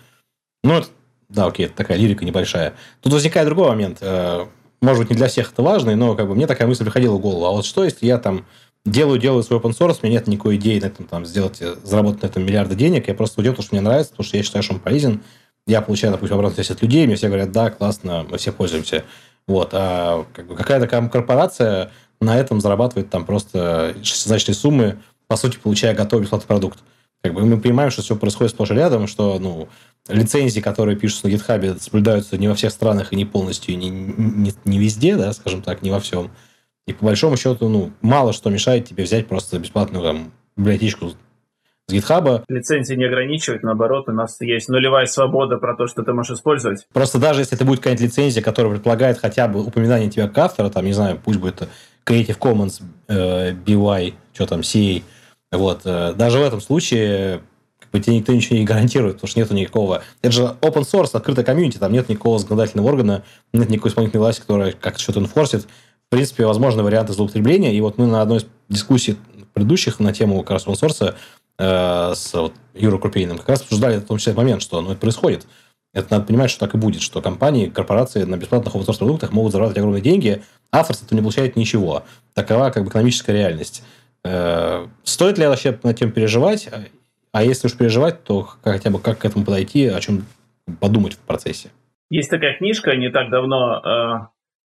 Да, окей, это такая лирика небольшая. Тут возникает другой момент. Может быть, не для всех это важно, но мне такая мысль приходила в голову. А вот что, если я там делаю свой open source, у меня нет никакой идеи на этом там заработать на этом миллиарды денег, я просто делаю, потому что мне нравится, потому что я считаю, что он полезен. Я получаю, допустим, обратную связь от людей, мне все говорят, да, классно, мы все пользуемся. Вот. А какая-то корпорация на этом зарабатывает там просто значительные суммы, по сути, получая готовый бесплатный продукт. Мы понимаем, что все происходит сплошь и рядом, что лицензии, которые пишутся на GitHub, соблюдаются не во всех странах и не полностью, не везде, да, скажем так, не во всем. И по большому счету, мало что мешает тебе взять просто бесплатную там библиотечку с GitHub. Лицензии не ограничивают, наоборот, у нас есть нулевая свобода про то, что ты можешь использовать. Просто даже если это будет какая-нибудь лицензия, которая предполагает хотя бы упоминание тебя как автора, там, не знаю, пусть будет Creative Commons, BY, что там, CA, вот, даже в этом случае тебе никто ничего не гарантирует, потому что нету никакого... Это же open source, открытая комьюнити, там нет никакого законодательного органа, нет никакой исполнительной власти, которая как-то что-то инфорсит. В принципе, возможны варианты злоупотребления. И вот мы на одной из дискуссий, предыдущих на тему как раз open source с Юрой Крупейным как раз обсуждали в том числе этот момент, что это происходит. Это надо понимать, что так и будет, что компании, корпорации на бесплатных open source продуктах могут зарабатывать огромные деньги, авторство не получает ничего. Такова экономическая реальность. Стоит ли вообще над тем переживать? А если уж переживать, то хотя бы как к этому подойти, о чем подумать в процессе? Есть такая книжка, не так давно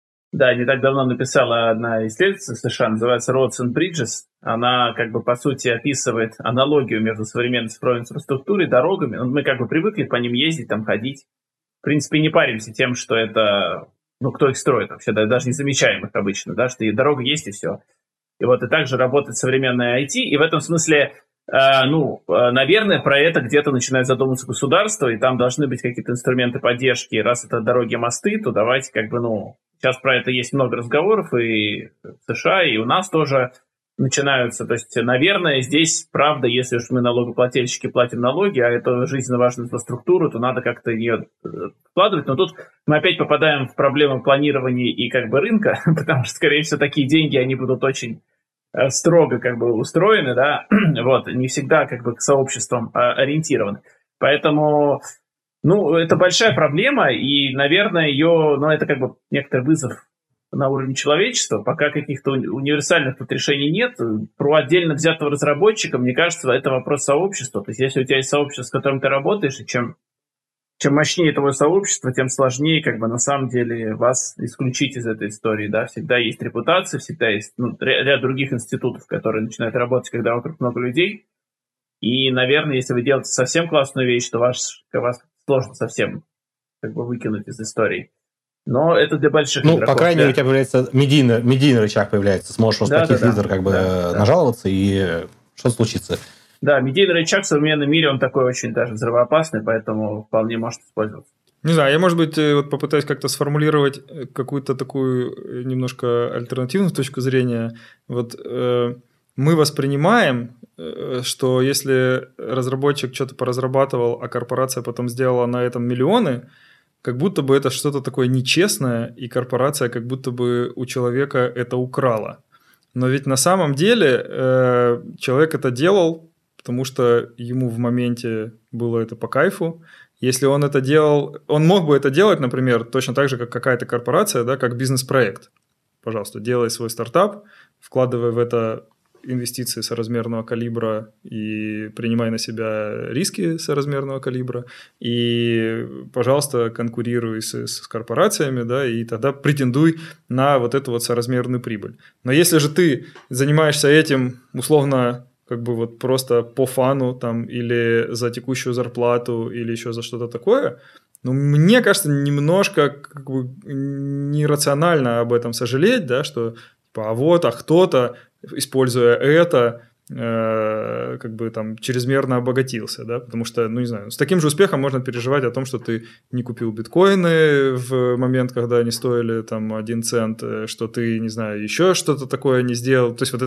написала одна исследовательница США, называется Roads and Bridges. Она по сути описывает аналогию между современной цифровой инфраструктурой и дорогами. Мы привыкли по ним ездить, там ходить. В принципе, не паримся тем, что это, кто их строит вообще, даже не замечаем их обычно, да, что и дорога есть, и все. И также работает современная IT, и в этом смысле, наверное, про это где-то начинает задумываться государство, и там должны быть какие-то инструменты поддержки. Раз это дороги, мосты, то давайте сейчас про это есть много разговоров и в США, и у нас тоже начинаются. То есть, наверное, здесь, правда, если уж мы налогоплательщики платим налоги, а это жизненно важную инфраструктуру, то надо как-то ее вкладывать. Но тут мы опять попадаем в проблему планирования и рынка, потому что, скорее всего, такие деньги, они будут очень строго устроены, да, не всегда к сообществам ориентированы. Поэтому, это большая проблема, и, наверное, это некоторый вызов на уровне человечества. Пока каких-то универсальных тут решений нет. Про отдельно взятого разработчика, мне кажется, это вопрос сообщества. То есть, если у тебя есть сообщество, с которым ты работаешь, и чем мощнее твое сообщество, тем сложнее, на самом деле, вас исключить из этой истории, да. Всегда есть репутация, всегда есть ряд других институтов, которые начинают работать, когда вокруг много людей. И, наверное, если вы делаете совсем классную вещь, то вас сложно совсем выкинуть из истории. Но это для больших игроков. По крайней мере, у тебя появляется медийный рычаг появляется. Сможешь распахать лидер, нажаловаться, и что случится. Да, медийный рычаг в современном мире, он такой очень даже взрывоопасный, поэтому вполне может использоваться. Не знаю, я, может быть, попытаюсь как-то сформулировать какую-то такую немножко альтернативную точку зрения. Мы воспринимаем, что если разработчик что-то поразрабатывал, а корпорация потом сделала на этом миллионы, как будто бы это что-то такое нечестное, и корпорация как будто бы у человека это украла. Но ведь на самом деле человек это делал, потому что ему в моменте было это по кайфу. Если он это делал, он мог бы это делать, например, точно так же, как какая-то корпорация, да, как бизнес-проект. Пожалуйста, делай свой стартап, вкладывай в это инвестиции соразмерного калибра и принимай на себя риски соразмерного калибра, и, пожалуйста, конкурируй с корпорациями, да, и тогда претендуй на эту соразмерную прибыль. Но если же ты занимаешься этим условно просто по фану там, или за текущую зарплату, или еще за что-то такое, мне кажется, немножко нерационально об этом сожалеть, да, что кто-то, используя это, чрезмерно обогатился, да, потому что, не знаю, с таким же успехом можно переживать о том, что ты не купил биткоины в момент, когда они стоили 1 цент, что ты, не знаю, еще что-то такое не сделал, то есть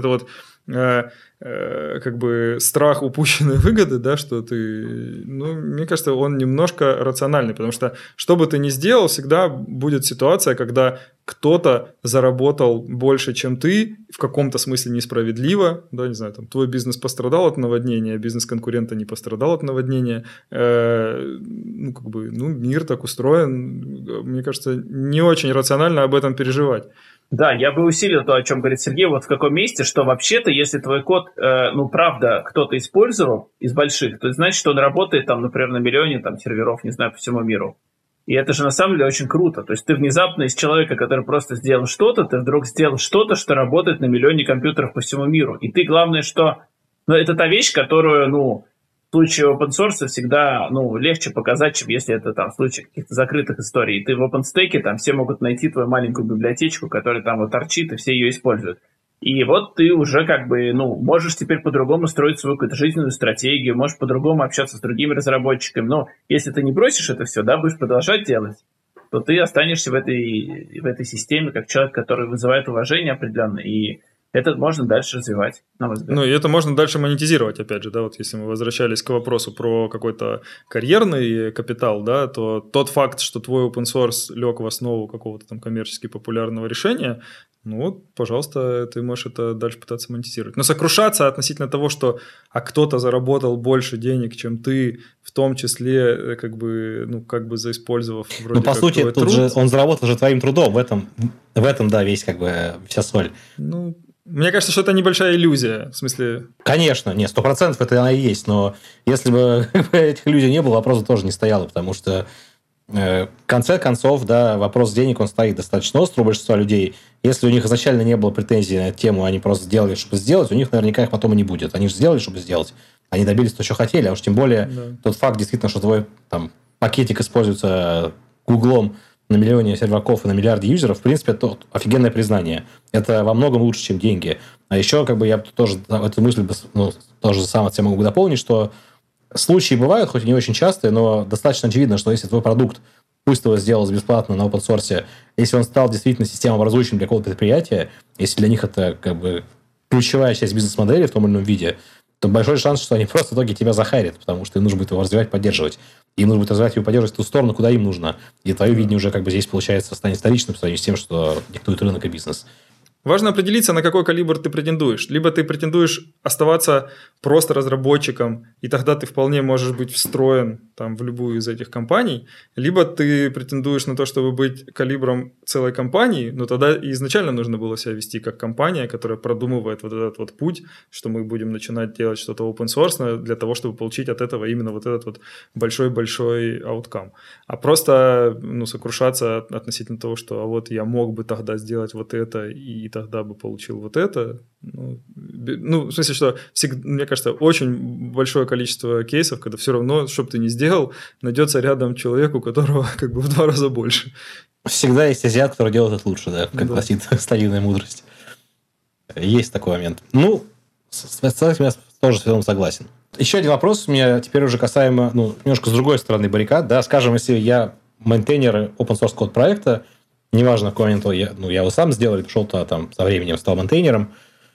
страх упущенной выгоды, да, что ты, мне кажется, он немножко рациональный, потому что бы ты ни сделал, всегда будет ситуация, когда кто-то заработал больше, чем ты, в каком-то смысле несправедливо, да, не знаю, твой бизнес пострадал от наводнения, а бизнес конкурента не пострадал от наводнения, мир так устроен, мне кажется, не очень рационально об этом переживать. Да, я бы усилил то, о чем говорит Сергей, в каком месте, что вообще-то, если твой код, правда, кто-то использовал из больших, то значит, что он работает, например, на миллионе серверов, не знаю, по всему миру. И это же на самом деле очень круто. То есть ты внезапно из человека, который просто сделал что-то, ты вдруг сделал что-то, что работает на миллионе компьютеров по всему миру. И ты, главное, что... это та вещь, которую, в случае open source всегда, легче показать, чем если это в случае каких-то закрытых историй. И ты в OpenStack, все могут найти твою маленькую библиотечку, которая торчит, и все ее используют. И ты уже можешь теперь по-другому строить свою какую-то жизненную стратегию, можешь по-другому общаться с другими разработчиками. Но если ты не бросишь это все, да, будешь продолжать делать, то ты останешься в этой системе как человек, который вызывает уважение определенное, и это можно дальше развивать, на мой взгляд. И это можно дальше монетизировать, опять же, да, если мы возвращались к вопросу про какой-то карьерный капитал, да, то тот факт, что твой open source лег в основу какого-то коммерчески популярного решения, ну вот, пожалуйста, ты можешь это дальше пытаться монетизировать. Но сокрушаться относительно того, что кто-то заработал больше денег, чем ты, в том числе, как бы заиспользовав вроде по сути, твой тут труд. же он заработал же твоим трудом, в этом, да, весь вся соль. Мне кажется, что это небольшая иллюзия, в смысле... Конечно, 100% это она и есть, но если бы этих иллюзий не было, вопрос тоже не стояло, потому что в конце концов, да, вопрос денег, он стоит достаточно остро у большинства людей. Если у них изначально не было претензий на эту тему, они просто сделали, чтобы сделать, у них наверняка их потом и не будет. Они же сделали, чтобы сделать. Они добились того, что хотели, а уж тем более тот факт, действительно, что твой пакетик используется Гуглом на миллионе серваков и на миллиарде юзеров, в принципе, это офигенное признание. Это во многом лучше, чем деньги. А еще, я тоже эту мысль тоже сам от себя могу дополнить, что случаи бывают, хоть и не очень частые, но достаточно очевидно, что если твой продукт, пусть его сделал бесплатно на open source, если он стал действительно системообразующим для какого-то предприятия, если для них это ключевая часть бизнес-модели в том или ином виде, то большой шанс, что они просто в итоге тебя захайрят, потому что им нужно будет его развивать, поддерживать. Им нужно будет развивать его, поддерживать в ту сторону, куда им нужно. И твое видение уже здесь, получается, станет вторичным по сравнению с тем, что диктует рынок и бизнес. Важно определиться, на какой калибр ты претендуешь. Либо ты претендуешь оставаться просто разработчиком, и тогда ты вполне можешь быть встроен в любую из этих компаний, либо ты претендуешь на то, чтобы быть калибром целой компании, но тогда и изначально нужно было себя вести как компания, которая продумывает вот этот путь, что мы будем начинать делать что-то open source для того, чтобы получить от этого именно вот этот большой-большой ауткам. А просто сокрушаться относительно того, что я мог бы тогда сделать вот это, и тогда бы получил вот это. В смысле, что мне кажется, очень большое количество кейсов, когда все равно, что бы ты ни сделал, найдется рядом человек, у которого в 2 раза больше. Всегда есть азиат, который делает это лучше, да, как гласит старинная мудрость. Есть такой момент. С этим я тоже в целом согласен. Еще один вопрос у меня теперь уже касаемо, немножко с другой стороны баррикад. Да, скажем, если я мейнтейнер open source код проекта, неважно, в какой момент я его сам сделал, или пошел туда, со временем стал мейнтейнером,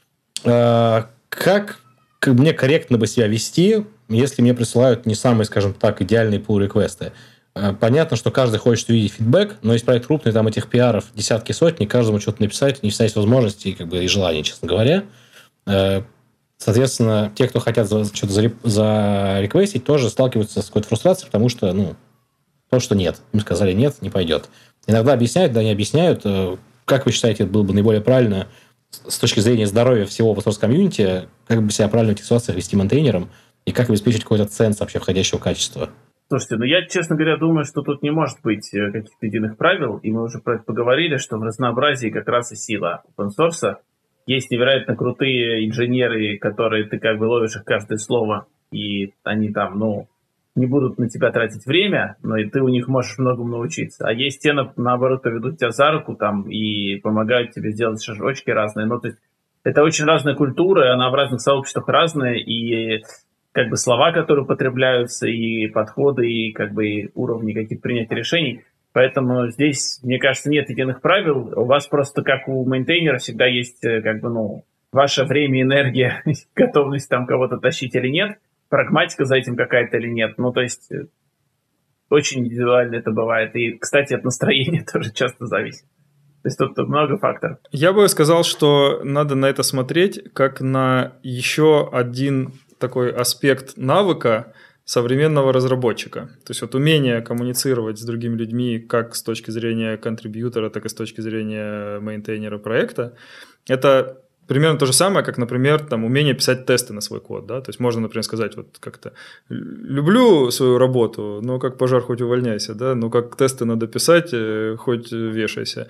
как мне корректно бы себя вести, если мне присылают не самые, скажем так, идеальные pull-реквесты? Понятно, что каждый хочет увидеть фидбэк, но если проект крупный, там этих пиаров десятки, сотни, каждому что-то написать, не всегда есть возможности и желания, честно говоря. Соответственно, те, кто хотят что-то зареквестить, тоже сталкиваются с какой-то фрустрацией, потому что, что нет. Им сказали нет, не пойдет. Иногда объясняют, да, не объясняют. Как вы считаете, это было бы наиболее правильно с точки зрения здоровья всего open source комьюнити, как бы себя правильно в этих ситуациях вести мейнтейнером и как обеспечить какой-то ценз вообще входящего качества? Слушайте, я, честно говоря, думаю, что тут не может быть каких-то единых правил, и мы уже про это поговорили, что в разнообразии как раз и сила open source. Есть невероятно крутые инженеры, которые ты ловишь их каждое слово, и они не будут на тебя тратить время, но и ты у них можешь многому научиться. А есть те, наоборот, ведут тебя за руку и помогают тебе сделать шажочки разные. То есть это очень разная культура, она в разных сообществах разная, и слова, которые употребляются, и подходы, и уровни каких-то принятия решений. Поэтому здесь, мне кажется, нет единых правил. У вас просто, как у мейнтейнера, всегда есть ваше время, энергия, готовность кого-то тащить или нет, прагматика за этим какая-то или нет. То есть очень индивидуально это бывает. И, кстати, от настроения тоже часто зависит. То есть тут много факторов. Я бы сказал, что надо на это смотреть как на еще один такой аспект навыка современного разработчика. То есть умение коммуницировать с другими людьми как с точки зрения контрибьютора, так и с точки зрения мейнтейнера проекта. Это примерно то же самое, как, например, умение писать тесты на свой код. Да? То есть можно, например, сказать как-то люблю свою работу, но как пожар хоть увольняйся, да? Но как тесты надо писать, хоть вешайся.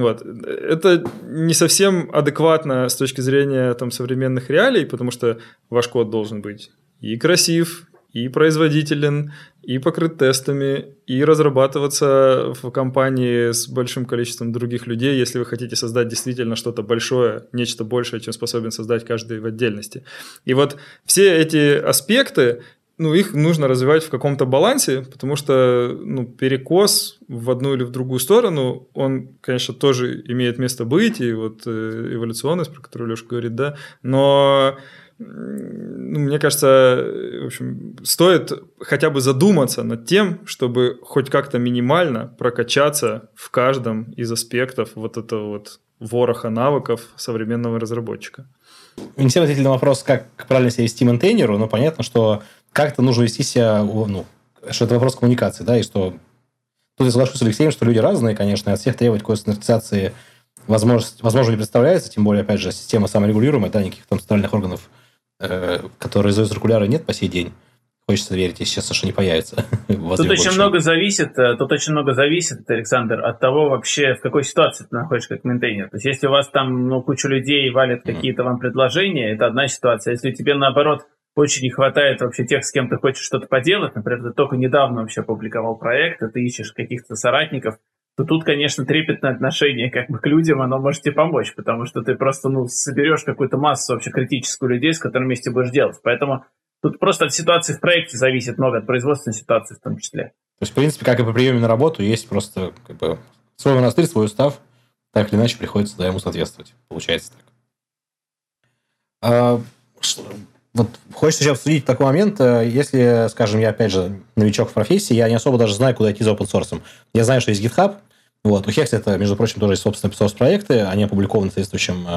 Это не совсем адекватно с точки зрения современных реалий, потому что ваш код должен быть и красив, и производителен, и покрыт тестами, и разрабатываться в компании с большим количеством других людей, если вы хотите создать действительно что-то большое, нечто большее, чем способен создать каждый в отдельности. И все эти аспекты, их нужно развивать в каком-то балансе, потому что перекос в одну или в другую сторону, он, конечно, тоже имеет место быть, и эволюционность, про которую Леша говорит, да, но мне кажется, в общем, стоит хотя бы задуматься над тем, чтобы хоть как-то минимально прокачаться в каждом из аспектов этого вороха навыков современного разработчика. Не всем ответили на вопрос, как правильно себя вести мейнтейнеру, но понятно, что как-то нужно вести себя, что это вопрос коммуникации, да, и что тут я соглашусь с Алексеем, что люди разные, конечно, и от всех требовать какой-то стандартизации возможно не представляется, тем более, опять же, система саморегулируемая, да, никаких там центральных органов, которые издают циркуляры, нет по сей день. Хочется верить, если честно, что не появится. Тут очень много зависит, Александр, от того вообще, в какой ситуации ты находишься как мейнтейнер. То есть, если у вас там куча людей валят какие-то вам предложения, это одна ситуация. Если тебе, наоборот, очень не хватает вообще тех, с кем ты хочешь что-то поделать, например, ты только недавно вообще опубликовал проект, и ты ищешь каких-то соратников, то тут, конечно, трепетное отношение как бы к людям, оно может тебе помочь, потому что ты просто соберешь какую-то массу вообще критическую людей, с которыми вместе будешь делать. Поэтому тут просто от ситуации в проекте зависит много, от производственной ситуации в том числе. То есть, в принципе, как и по приеме на работу, есть просто как бы свой монастырь, свой устав, так или иначе приходится ему соответствовать. Получается так. Вот хочется сейчас обсудить такой момент, если, скажем, я, опять же, новичок в профессии, я не особо даже знаю, куда идти за open source. Я знаю, что есть GitHub, у Hex это, между прочим, тоже есть собственные open source проекты, они опубликованы в соответствующем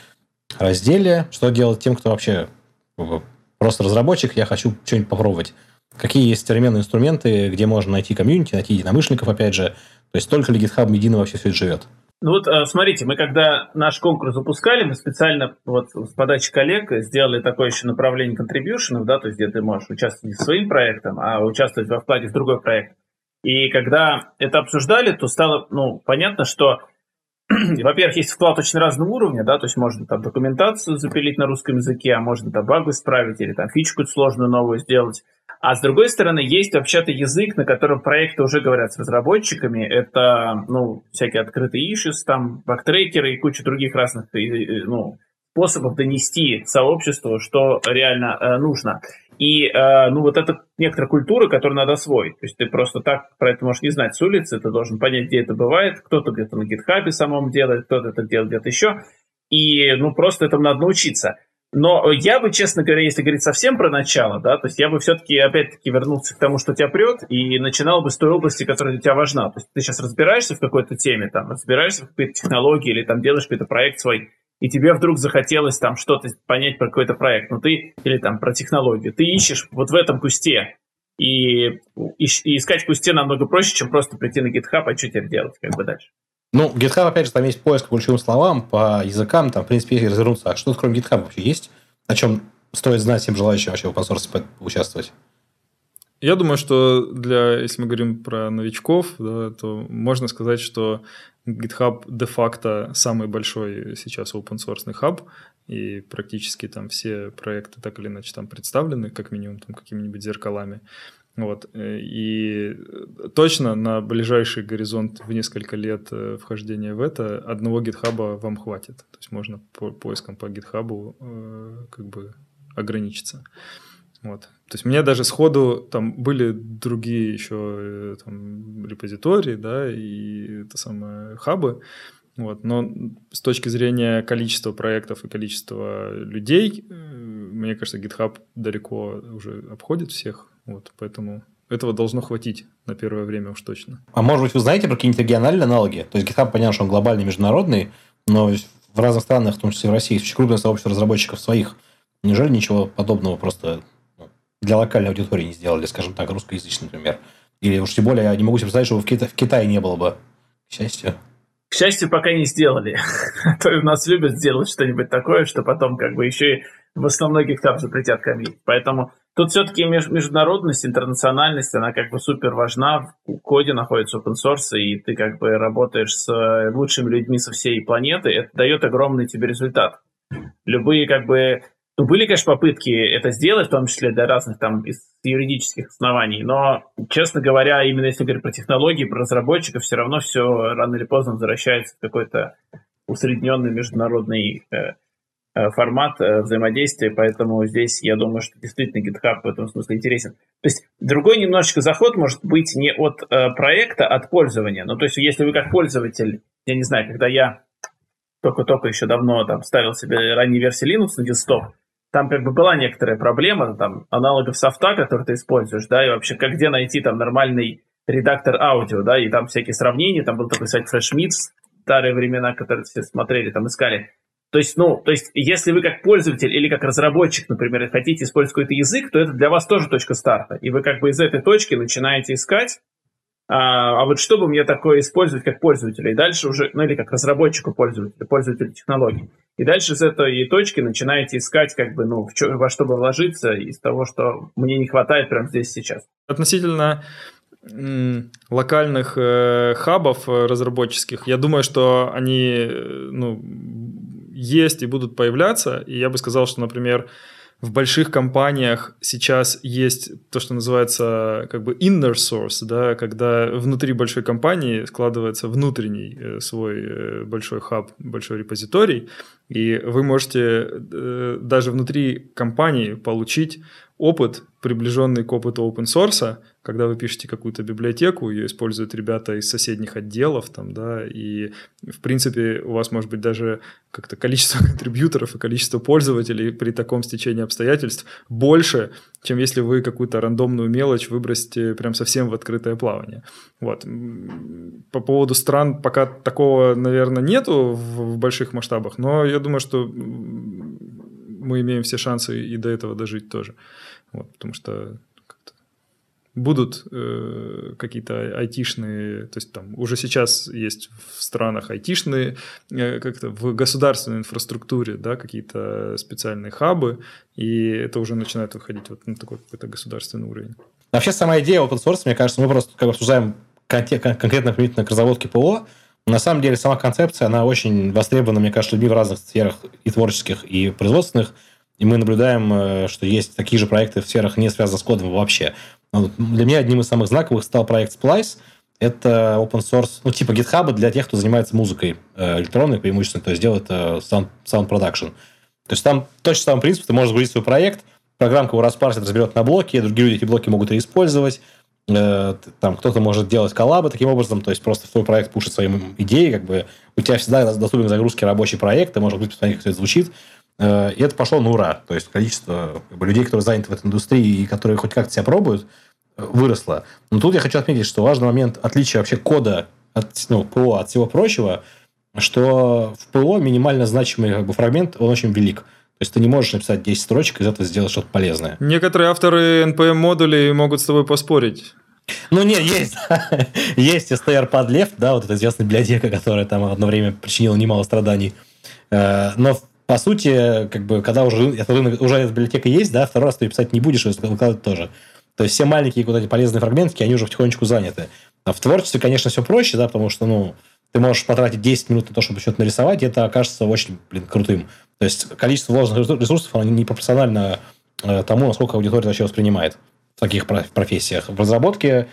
разделе. Что делать тем, кто вообще просто разработчик, я хочу что-нибудь попробовать. Какие есть современные инструменты, где можно найти комьюнити, найти единомышленников, опять же. То есть только ли GitHub едино вообще все это живет? Смотрите, мы когда наш конкурс запускали, мы специально с подачи коллег сделали такое еще направление контрибьюшенов, да, то есть где ты можешь участвовать не своим проектом, а участвовать во вкладе в другой проект. И когда это обсуждали, то стало понятно, что, во-первых, есть вклад очень разного уровня, да, то есть можно там документацию запилить на русском языке, а можно там багу исправить или там фичку сложную новую сделать. А с другой стороны, есть вообще-то язык, на котором проекты уже говорят с разработчиками. Это, всякие открытые issues, там, бактрекеры и куча других разных, способов донести сообществу, что реально нужно. И, это некоторая культура, которую надо освоить. То есть ты просто так про это можешь не знать с улицы, ты должен понять, где это бывает. Кто-то где-то на GitHub самом делает, кто-то это делает где-то еще. И, просто этому надо научиться. Но я бы, честно говоря, если говорить совсем про начало, да, то есть я бы все-таки, опять-таки, вернулся к тому, что тебя прет, и начинал бы с той области, которая для тебя важна. То есть ты сейчас разбираешься в какой-то теме, там, разбираешься в какой-то технологии, или там делаешь какой-то проект свой, и тебе вдруг захотелось там что-то понять про какой-то проект, или там про технологию. Ты ищешь вот в этом кусте, и искать в кусте намного проще, чем просто прийти на GitHub, а что теперь делать, как бы дальше. GitHub, опять же, там есть поиск по ключевым словам, по языкам, там, в принципе, если развернуться. А что кроме GitHub вообще есть? О чем стоит знать всем желающим вообще в open source участвовать? Я думаю, что если мы говорим про новичков, да, то можно сказать, что GitHub де-факто самый большой сейчас open-source хаб, и практически там все проекты так или иначе там представлены, как минимум там какими-нибудь зеркалами. И точно на ближайший горизонт в несколько лет вхождения в это одного GitHub вам хватит. То есть можно поиском по GitHub как бы ограничиться. То есть у меня даже сходу там были другие еще там репозитории, да, и это самое хабы. Но с точки зрения количества проектов и количества людей, мне кажется, GitHub далеко уже обходит всех. Поэтому этого должно хватить на первое время уж точно. А может быть, вы знаете про какие-нибудь региональные аналоги? То есть GitHub, понятно, что он глобальный, международный, но в разных странах, в том числе в России, очень крупное сообщество разработчиков своих. Неужели ничего подобного просто для локальной аудитории не сделали, скажем так, русскоязычный, например? Или уж тем более, я не могу себе представить, что в Китае не было бы, к счастью. К счастью, пока не сделали. То у нас любят сделать что-нибудь такое, что потом как бы еще и в основном GitHub запретят коммит. Поэтому тут все-таки международность, интернациональность, она как бы супер важна. В коде находится open source, и ты как бы работаешь с лучшими людьми со всей планеты. Это дает огромный тебе результат. Любые как бы... были, конечно, попытки это сделать, в том числе для разных там юридических оснований, но, честно говоря, именно если говорить про технологии, про разработчиков, все равно все рано или поздно возвращается в какой-то усредненный международный формат взаимодействия, поэтому здесь я думаю, что действительно GitHub в этом смысле интересен. То есть другой немножечко заход может быть не от проекта, а от пользования. То есть если вы как пользователь, я не знаю, когда я только еще давно там ставил себе ранние версии Linux на десктоп, там как бы была некоторая проблема, там аналогов софта, который ты используешь, да, и вообще где найти там нормальный редактор аудио, да, и там всякие сравнения, там был такой сайт FreshMix, старые времена, которые все смотрели, там искали. То есть, если вы как пользователь или как разработчик, например, хотите использовать какой-то язык, то это для вас тоже точка старта. И вы как бы из этой точки начинаете искать, а вот что бы мне такое использовать как пользователя. И дальше уже, или как разработчику пользователю технологий. И дальше с этой точки начинаете искать, как бы, во что бы вложиться из того, что мне не хватает прямо здесь сейчас. Относительно локальных хабов разработческих, я думаю, что они есть и будут появляться. И я бы сказал, что, например, в больших компаниях сейчас есть то, что называется как бы inner source, да, когда внутри большой компании складывается внутренний свой большой хаб, большой репозиторий, и вы можете даже внутри компании получить опыт, приближенный к опыту open source, когда вы пишете какую-то библиотеку, ее используют ребята из соседних отделов, там, да, и, в принципе, у вас может быть даже как-то количество контрибьюторов и количество пользователей при таком стечении обстоятельств больше, чем если вы какую-то рандомную мелочь выбросите прям совсем в открытое плавание. Вот. По поводу стран пока такого, наверное, нету в больших масштабах, но я думаю, что мы имеем все шансы и до этого дожить тоже. Вот, потому что будут какие-то айтишные, то есть там уже сейчас есть в странах айтишные, как-то в государственной инфраструктуре, да, какие-то специальные хабы, и это уже начинает выходить вот на такой какой-то государственный уровень. Вообще сама идея open source, мне кажется, мы просто как бы обсуждаем конкретно применительно к разработке ПО. На самом деле сама концепция, она очень востребована, мне кажется, людьми в разных сферах и творческих, и производственных. И мы наблюдаем, что есть такие же проекты в сферах, не связанных с кодом вообще. Для меня одним из самых знаковых стал проект Splice. Это open source, типа GitHub для тех, кто занимается музыкой электронной преимущественно, то есть делает sound production. То есть там точно самый принцип, ты можешь загрузить свой проект, программка его распарсит, разберет на блоки, другие люди эти блоки могут реиспользовать. Там кто-то может делать коллабы таким образом, то есть просто в твой проект пушит свои идеи, как бы у тебя всегда доступен к загрузке рабочий проект, ты можешь посмотреть, как все это звучит. И это пошло на ура. То есть количество людей, которые заняты в этой индустрии и которые хоть как-то себя пробуют, выросло. Но тут я хочу отметить, что важный момент отличия вообще кода от ПО от всего прочего, что в ПО минимально значимый как бы фрагмент, он очень велик. То есть ты не можешь написать 10 строчек и из этого сделать что-то полезное. Некоторые авторы NPM-модулей могут с тобой поспорить. Есть. Есть str-padleft, да, вот эта известная библиотека, которая там одно время причинила немало страданий. Но по сути, как бы, когда уже эта библиотека есть, да, второй раз ты писать не будешь, и выкладывать тоже. То есть все маленькие вот эти полезные фрагментики, они уже потихонечку заняты. А в творчестве, конечно, все проще, да, потому что, ты можешь потратить 10 минут на то, чтобы что-то нарисовать, и это окажется очень, крутым. То есть количество вложенных ресурсов, оно не пропорционально тому, насколько аудитория вообще воспринимает в таких профессиях. В разработке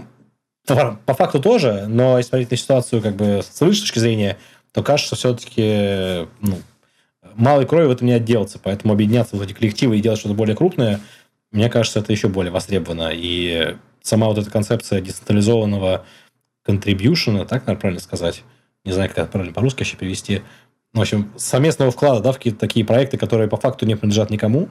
по факту тоже, но если смотреть на ситуацию как бы с лучшей точки зрения, то кажется, все-таки малой крови в этом не отделаться, поэтому объединяться в эти коллективы и делать что-то более крупное, мне кажется, это еще более востребовано. И сама вот эта концепция децентрализованного контрибьюшена, так, наверное, правильно сказать, не знаю, как это правильно по-русски еще перевести, в общем, совместного вклада, да, в какие-то такие проекты, которые по факту не принадлежат никому,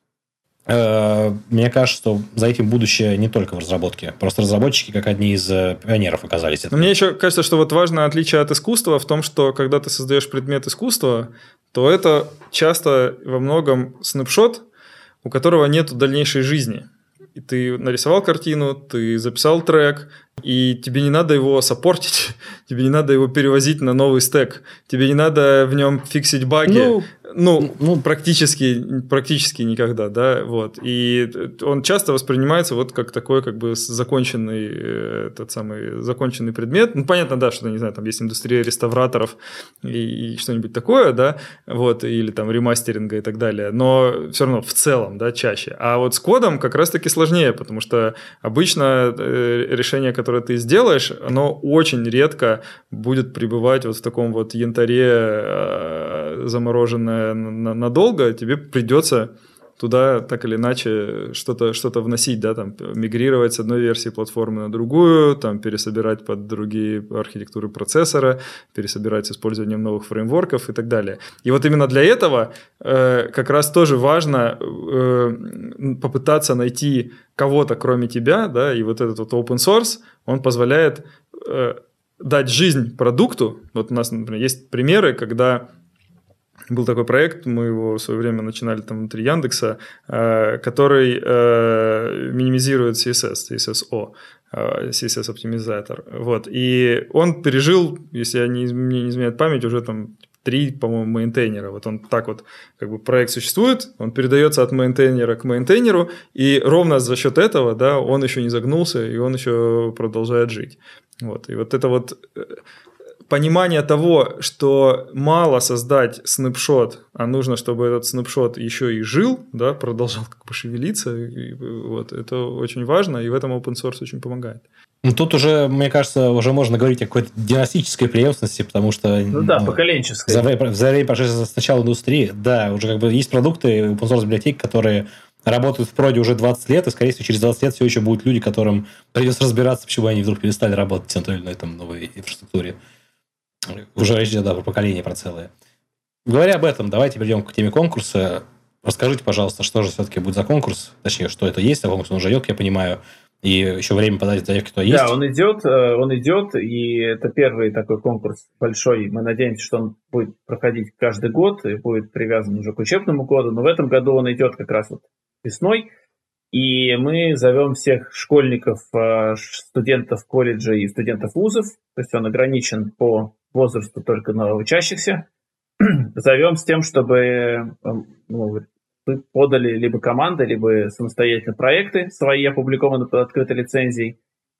мне кажется, что за этим будущее не только в разработке. Просто разработчики, как одни из пионеров, оказались. Мне еще кажется, что вот важное отличие от искусства в том, что когда ты создаешь предмет искусства, то это часто во многом снапшот, у которого нет дальнейшей жизни. И ты нарисовал картину, ты записал трек, и тебе не надо его саппортить, тебе не надо его перевозить на новый стек, тебе не надо в нем фиксить баги. Практически никогда, да, вот. И он часто воспринимается вот как такой, как бы законченный предмет. Понятно, да, что, не знаю, там есть индустрия реставраторов и что-нибудь такое, да, вот, или там ремастеринга и так далее, но все равно в целом, да, чаще. А вот с кодом как раз-таки сложнее, потому что обычно решение, которое ты сделаешь, оно очень редко будет пребывать вот в таком вот янтаре замороженное надолго, тебе придется туда так или иначе что-то вносить, да, там, мигрировать с одной версии платформы на другую, там, пересобирать под другие архитектуры процессора, пересобирать с использованием новых фреймворков и так далее. И вот именно для этого как раз тоже важно попытаться найти кого-то, кроме тебя, да, и вот этот вот open source, он позволяет дать жизнь продукту. Вот у нас, например, есть примеры, когда был такой проект, мы его в свое время начинали там внутри Яндекса, который минимизирует CSS-O, CSS-оптимизатор. Вот. И он пережил, если мне не изменяет память, уже там 3, по-моему, мейнтейнера. Вот он так вот, как бы проект существует, он передается от мейнтейнера к мейнтейнеру, и ровно за счет этого, да, он еще не загнулся, и он еще продолжает жить. Вот. И вот это вот понимание того, что мало создать снапшот, а нужно, чтобы этот снапшот еще и жил, да, продолжал как бы шевелиться, и вот, это очень важно, и в этом open source очень помогает. Ну, тут уже, мне кажется, уже можно говорить о какой-то династической преемственности, потому что... поколенческой. За время прошедшего с начала индустрии, да, уже как бы есть продукты, open source библиотеки, которые работают в проде уже 20 лет, и, скорее всего, через 20 лет все еще будут люди, которым придется разбираться, почему они вдруг перестали работать на той или иной там новой инфраструктуре. Уже речь идет, да, про поколение, про целое. Говоря об этом, давайте перейдем к теме конкурса. Расскажите, пожалуйста, что же все-таки будет за конкурс, точнее, что это есть, а конкурс он уже идет, я понимаю, и еще время подать заявки туда есть. Да, он идет, и это первый такой конкурс большой. Мы надеемся, что он будет проходить каждый год и будет привязан уже к учебному году, но в этом году он идет как раз вот весной, и мы зовем всех школьников, студентов колледжа и студентов вузов, то есть он ограничен по возрасту только на учащихся. Зовем с тем, чтобы вы подали либо команды, либо самостоятельно проекты свои, опубликованные под открытой лицензией,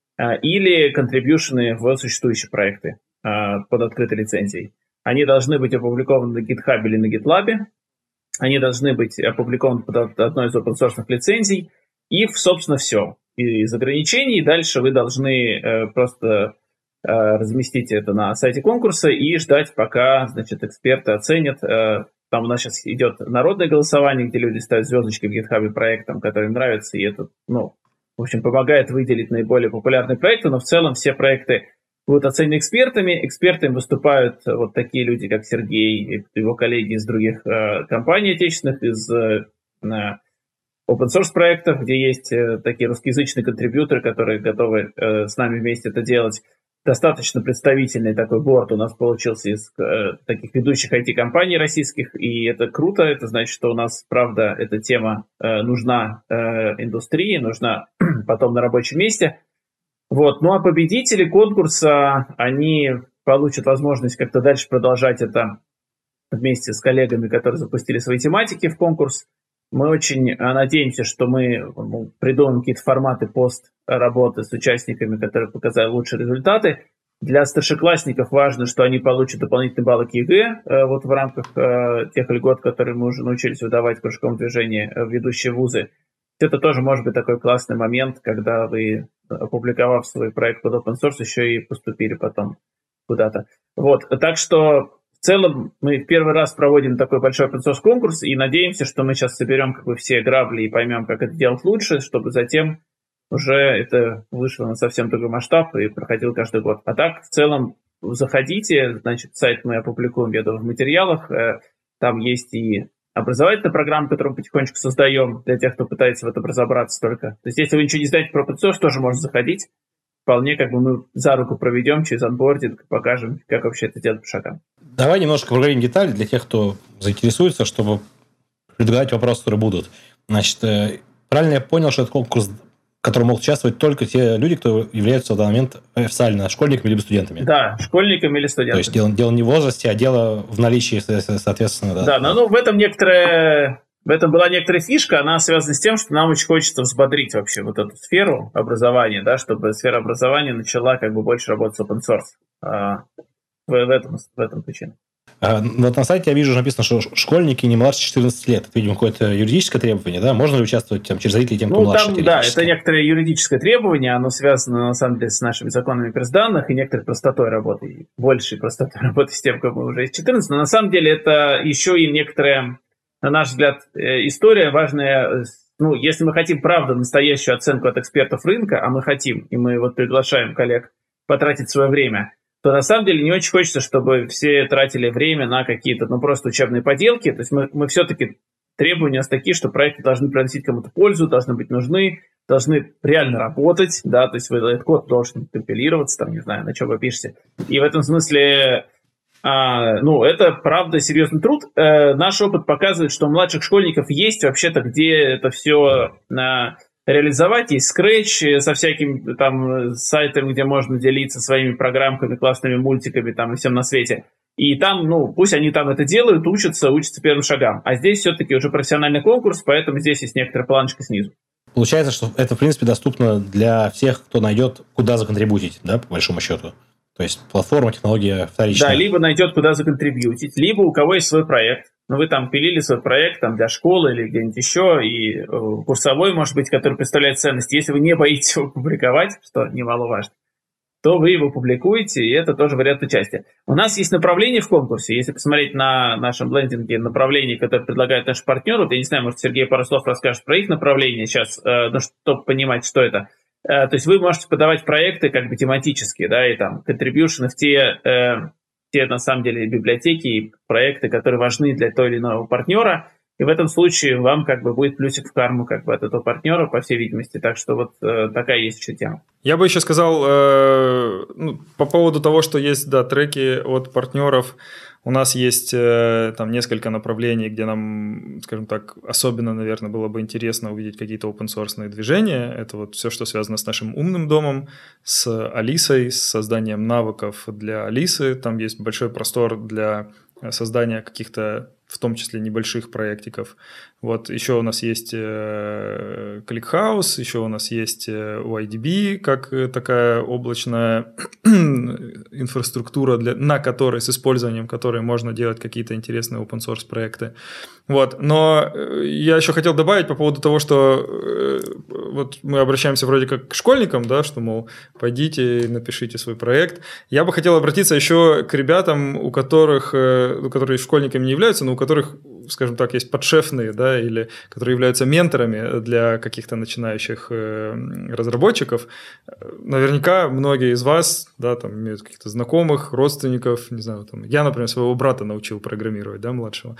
или контрибьюшены в существующие проекты под открытой лицензией. Они должны быть опубликованы на GitHub или на GitLab, они должны быть опубликованы под одной из open-source лицензий, и, собственно, все. И из ограничений дальше вы должны просто разместить это на сайте конкурса и ждать, пока, значит, эксперты оценят. Там у нас сейчас идет народное голосование, где люди ставят звездочки в GitHub проектам, которые им нравятся, и это, в общем, помогает выделить наиболее популярные проекты, но в целом все проекты будут оценены экспертами. Экспертами выступают вот такие люди, как Сергей и его коллеги из других компаний отечественных, из open-source проектов, где есть такие русскоязычные контрибьюторы, которые готовы с нами вместе это делать. Достаточно представительный такой борд у нас получился из таких ведущих IT-компаний российских, и это круто, это значит, что у нас, правда, эта тема нужна индустрии, нужна потом на рабочем месте. Вот. Ну а победители конкурса, они получат возможность как-то дальше продолжать это вместе с коллегами, которые запустили свои тематики в конкурс. Мы очень надеемся, что мы придумаем какие-то форматы пост-работы с участниками, которые показали лучшие результаты. Для старшеклассников важно, что они получат дополнительные баллы к ЕГЭ вот в рамках тех льгот, которые мы уже научились выдавать в кружковом движении в ведущие вузы. Это тоже может быть такой классный момент, когда вы, опубликовав свой проект под open source, еще и поступили потом куда-то. Вот. Так что в целом мы в первый раз проводим такой большой open source конкурс и надеемся, что мы сейчас соберем как бы все грабли и поймем, как это делать лучше, чтобы затем уже это вышло на совсем другой масштаб и проходил каждый год. А так, в целом, заходите, значит, сайт мы опубликуем, я думаю, в материалах. Там есть и образовательная программа, которую мы потихонечку создаем для тех, кто пытается в этом разобраться только. То есть, если вы ничего не знаете про open source, тоже можно заходить. Вполне как бы мы за руку проведем через онбординг, покажем, как вообще это делать по шагам. Давай немножко поговорим детали для тех, кто заинтересуется, чтобы предлагать вопросы, которые будут. Значит, правильно я понял, что это конкурс, в котором могут участвовать только те люди, кто являются в данный момент официально школьниками либо студентами? Да, школьниками или студентами. То есть дело не в возрасте, а дело в наличии, соответственно. Да, но в этом была некоторая фишка, она связана с тем, что нам очень хочется взбодрить вообще вот эту сферу образования, да, чтобы сфера образования начала как бы больше работать с open source. В этом причина. Вот на сайте я вижу, написано, что школьники не младше 14 лет. Это, видимо, какое-то юридическое требование, да? Можно ли участвовать там, через родителей тем, кто младше? Да, это некоторое юридическое требование, оно связано, на самом деле, с нашими законами персданных и некоторой простотой работы, большей простотой работы с тем, кому уже есть 14, но на самом деле это еще и некоторая, на наш взгляд, история важная. Ну, если мы хотим, правда, настоящую оценку от экспертов рынка, а мы хотим, и мы вот приглашаем коллег потратить свое время, то на самом деле не очень хочется, чтобы все тратили время на какие-то, просто учебные поделки. То есть мы все-таки требования у нас такие, что проекты должны приносить кому-то пользу, должны быть нужны, должны реально работать, да, то есть этот код должен компилироваться, там, не знаю, на чем вы пишете. И в этом смысле, это, правда, серьезный труд. Наш опыт показывает, что у младших школьников есть вообще-то, где это все реализовать. Есть Scratch со всякими там сайтами, где можно делиться своими программками, классными мультиками там и всем на свете. И там, пусть они там это делают, учатся первым шагам. А здесь все-таки уже профессиональный конкурс, поэтому здесь есть некоторая планочка снизу. Получается, что это, в принципе, доступно для всех, кто найдет, куда законтрибьютить, да, по большому счету. То есть платформа, технология вторичная. Да, либо найдет, куда законтрибьютить, либо у кого есть свой проект. Вы там пилили свой проект там, для школы или где-нибудь еще, и курсовой, может быть, который представляет ценность. Если вы не боитесь его публиковать, что немаловажно, то вы его публикуете, и это тоже вариант участия. У нас есть направление в конкурсе. Если посмотреть на нашем лендинге направления, которые предлагают наши партнеры, я не знаю, может, Сергей пару слов расскажет про их направление сейчас, чтобы понимать, что это. То есть вы можете подавать проекты как бы тематические, да, и там contribution в те, на самом деле, библиотеки и проекты, которые важны для того или иного партнера. И в этом случае вам как бы будет плюсик в карму как бы от этого партнера, по всей видимости. Так что такая есть еще тема. Я бы еще сказал по поводу того, что есть, да, треки от партнеров. У нас есть там несколько направлений, где нам, скажем так, особенно, наверное, было бы интересно увидеть какие-то open-source движения. Это все, что связано с нашим умным домом, с Алисой, с созданием навыков для Алисы. Там есть большой простор для создания каких-то, в том числе, небольших проектиков. Еще у нас есть ClickHouse, еще у нас есть YDB, как такая облачная инфраструктура, с использованием которой можно делать какие-то интересные open-source проекты. Но я еще хотел добавить по поводу того, что мы обращаемся вроде как к школьникам, да, что, мол, пойдите и напишите свой проект. Я бы хотел обратиться еще к ребятам, которые школьниками не являются, но у которых, скажем так, есть подшефные, да, или которые являются менторами для каких-то начинающих разработчиков. Наверняка многие из вас, да, там, имеют каких-то знакомых, родственников, не знаю, там, я, например, своего брата научил программировать, да, младшего.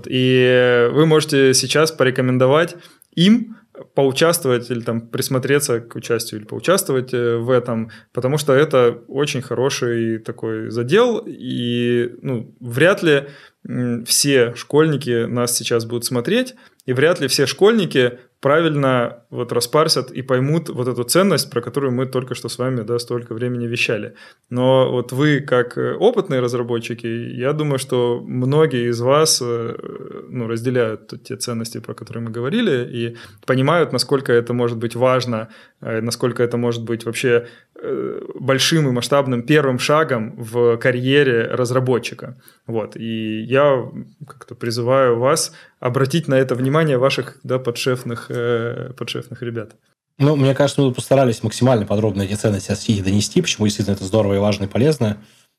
И вы можете сейчас порекомендовать им поучаствовать или там присмотреться к участию или поучаствовать в этом, потому что это очень хороший такой задел, и вряд ли все школьники нас сейчас будут смотреть, и вряд ли все школьники правильно распарсят и поймут эту ценность, про которую мы только что с вами, да, столько времени вещали. Но вы, как опытные разработчики, я думаю, что многие из вас разделяют те ценности, про которые мы говорили, и понимают, насколько это может быть важно, насколько это может быть вообще большим и масштабным первым шагом в карьере разработчика. И я как-то призываю вас обратить на это внимание ваших, да, подшефных ребят. Мне кажется, мы постарались максимально подробно эти ценности осветить и донести, почему действительно это здорово и важно и полезно.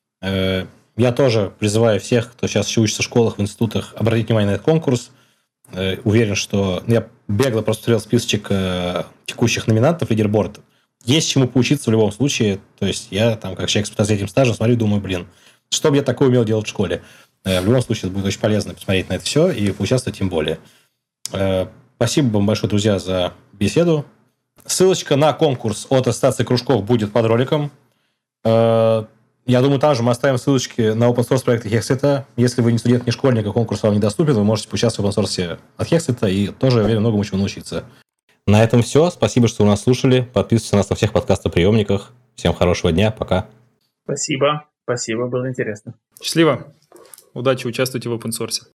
Я тоже призываю всех, кто сейчас еще учится в школах, в институтах, обратить внимание на этот конкурс. Уверен, что... Я бегло просмотрел списочек текущих номинантов лидерборд. Есть чему поучиться в любом случае. То есть я, там, как человек с 15-летним стажем, смотрю и думаю, что бы я такое умел делать в школе. В любом случае, это будет очень полезно посмотреть на это все и поучаствовать тем более. Спасибо вам большое, друзья, за беседу. Ссылочка на конкурс от Ассоциации кружков будет под роликом. Я думаю, там же мы оставим ссылочки на open-source проекты Hexlet. Если вы не студент, не школьник, а конкурс вам недоступен, вы можете поучаствовать в open-source от Hexlet и тоже, я уверен, многому чему научиться. На этом все. Спасибо, что вы нас слушали. Подписывайтесь на нас на всех подкастоприемниках. Всем хорошего дня. Пока. Спасибо. Было интересно. Счастливо. Удачи, участвуйте в open source.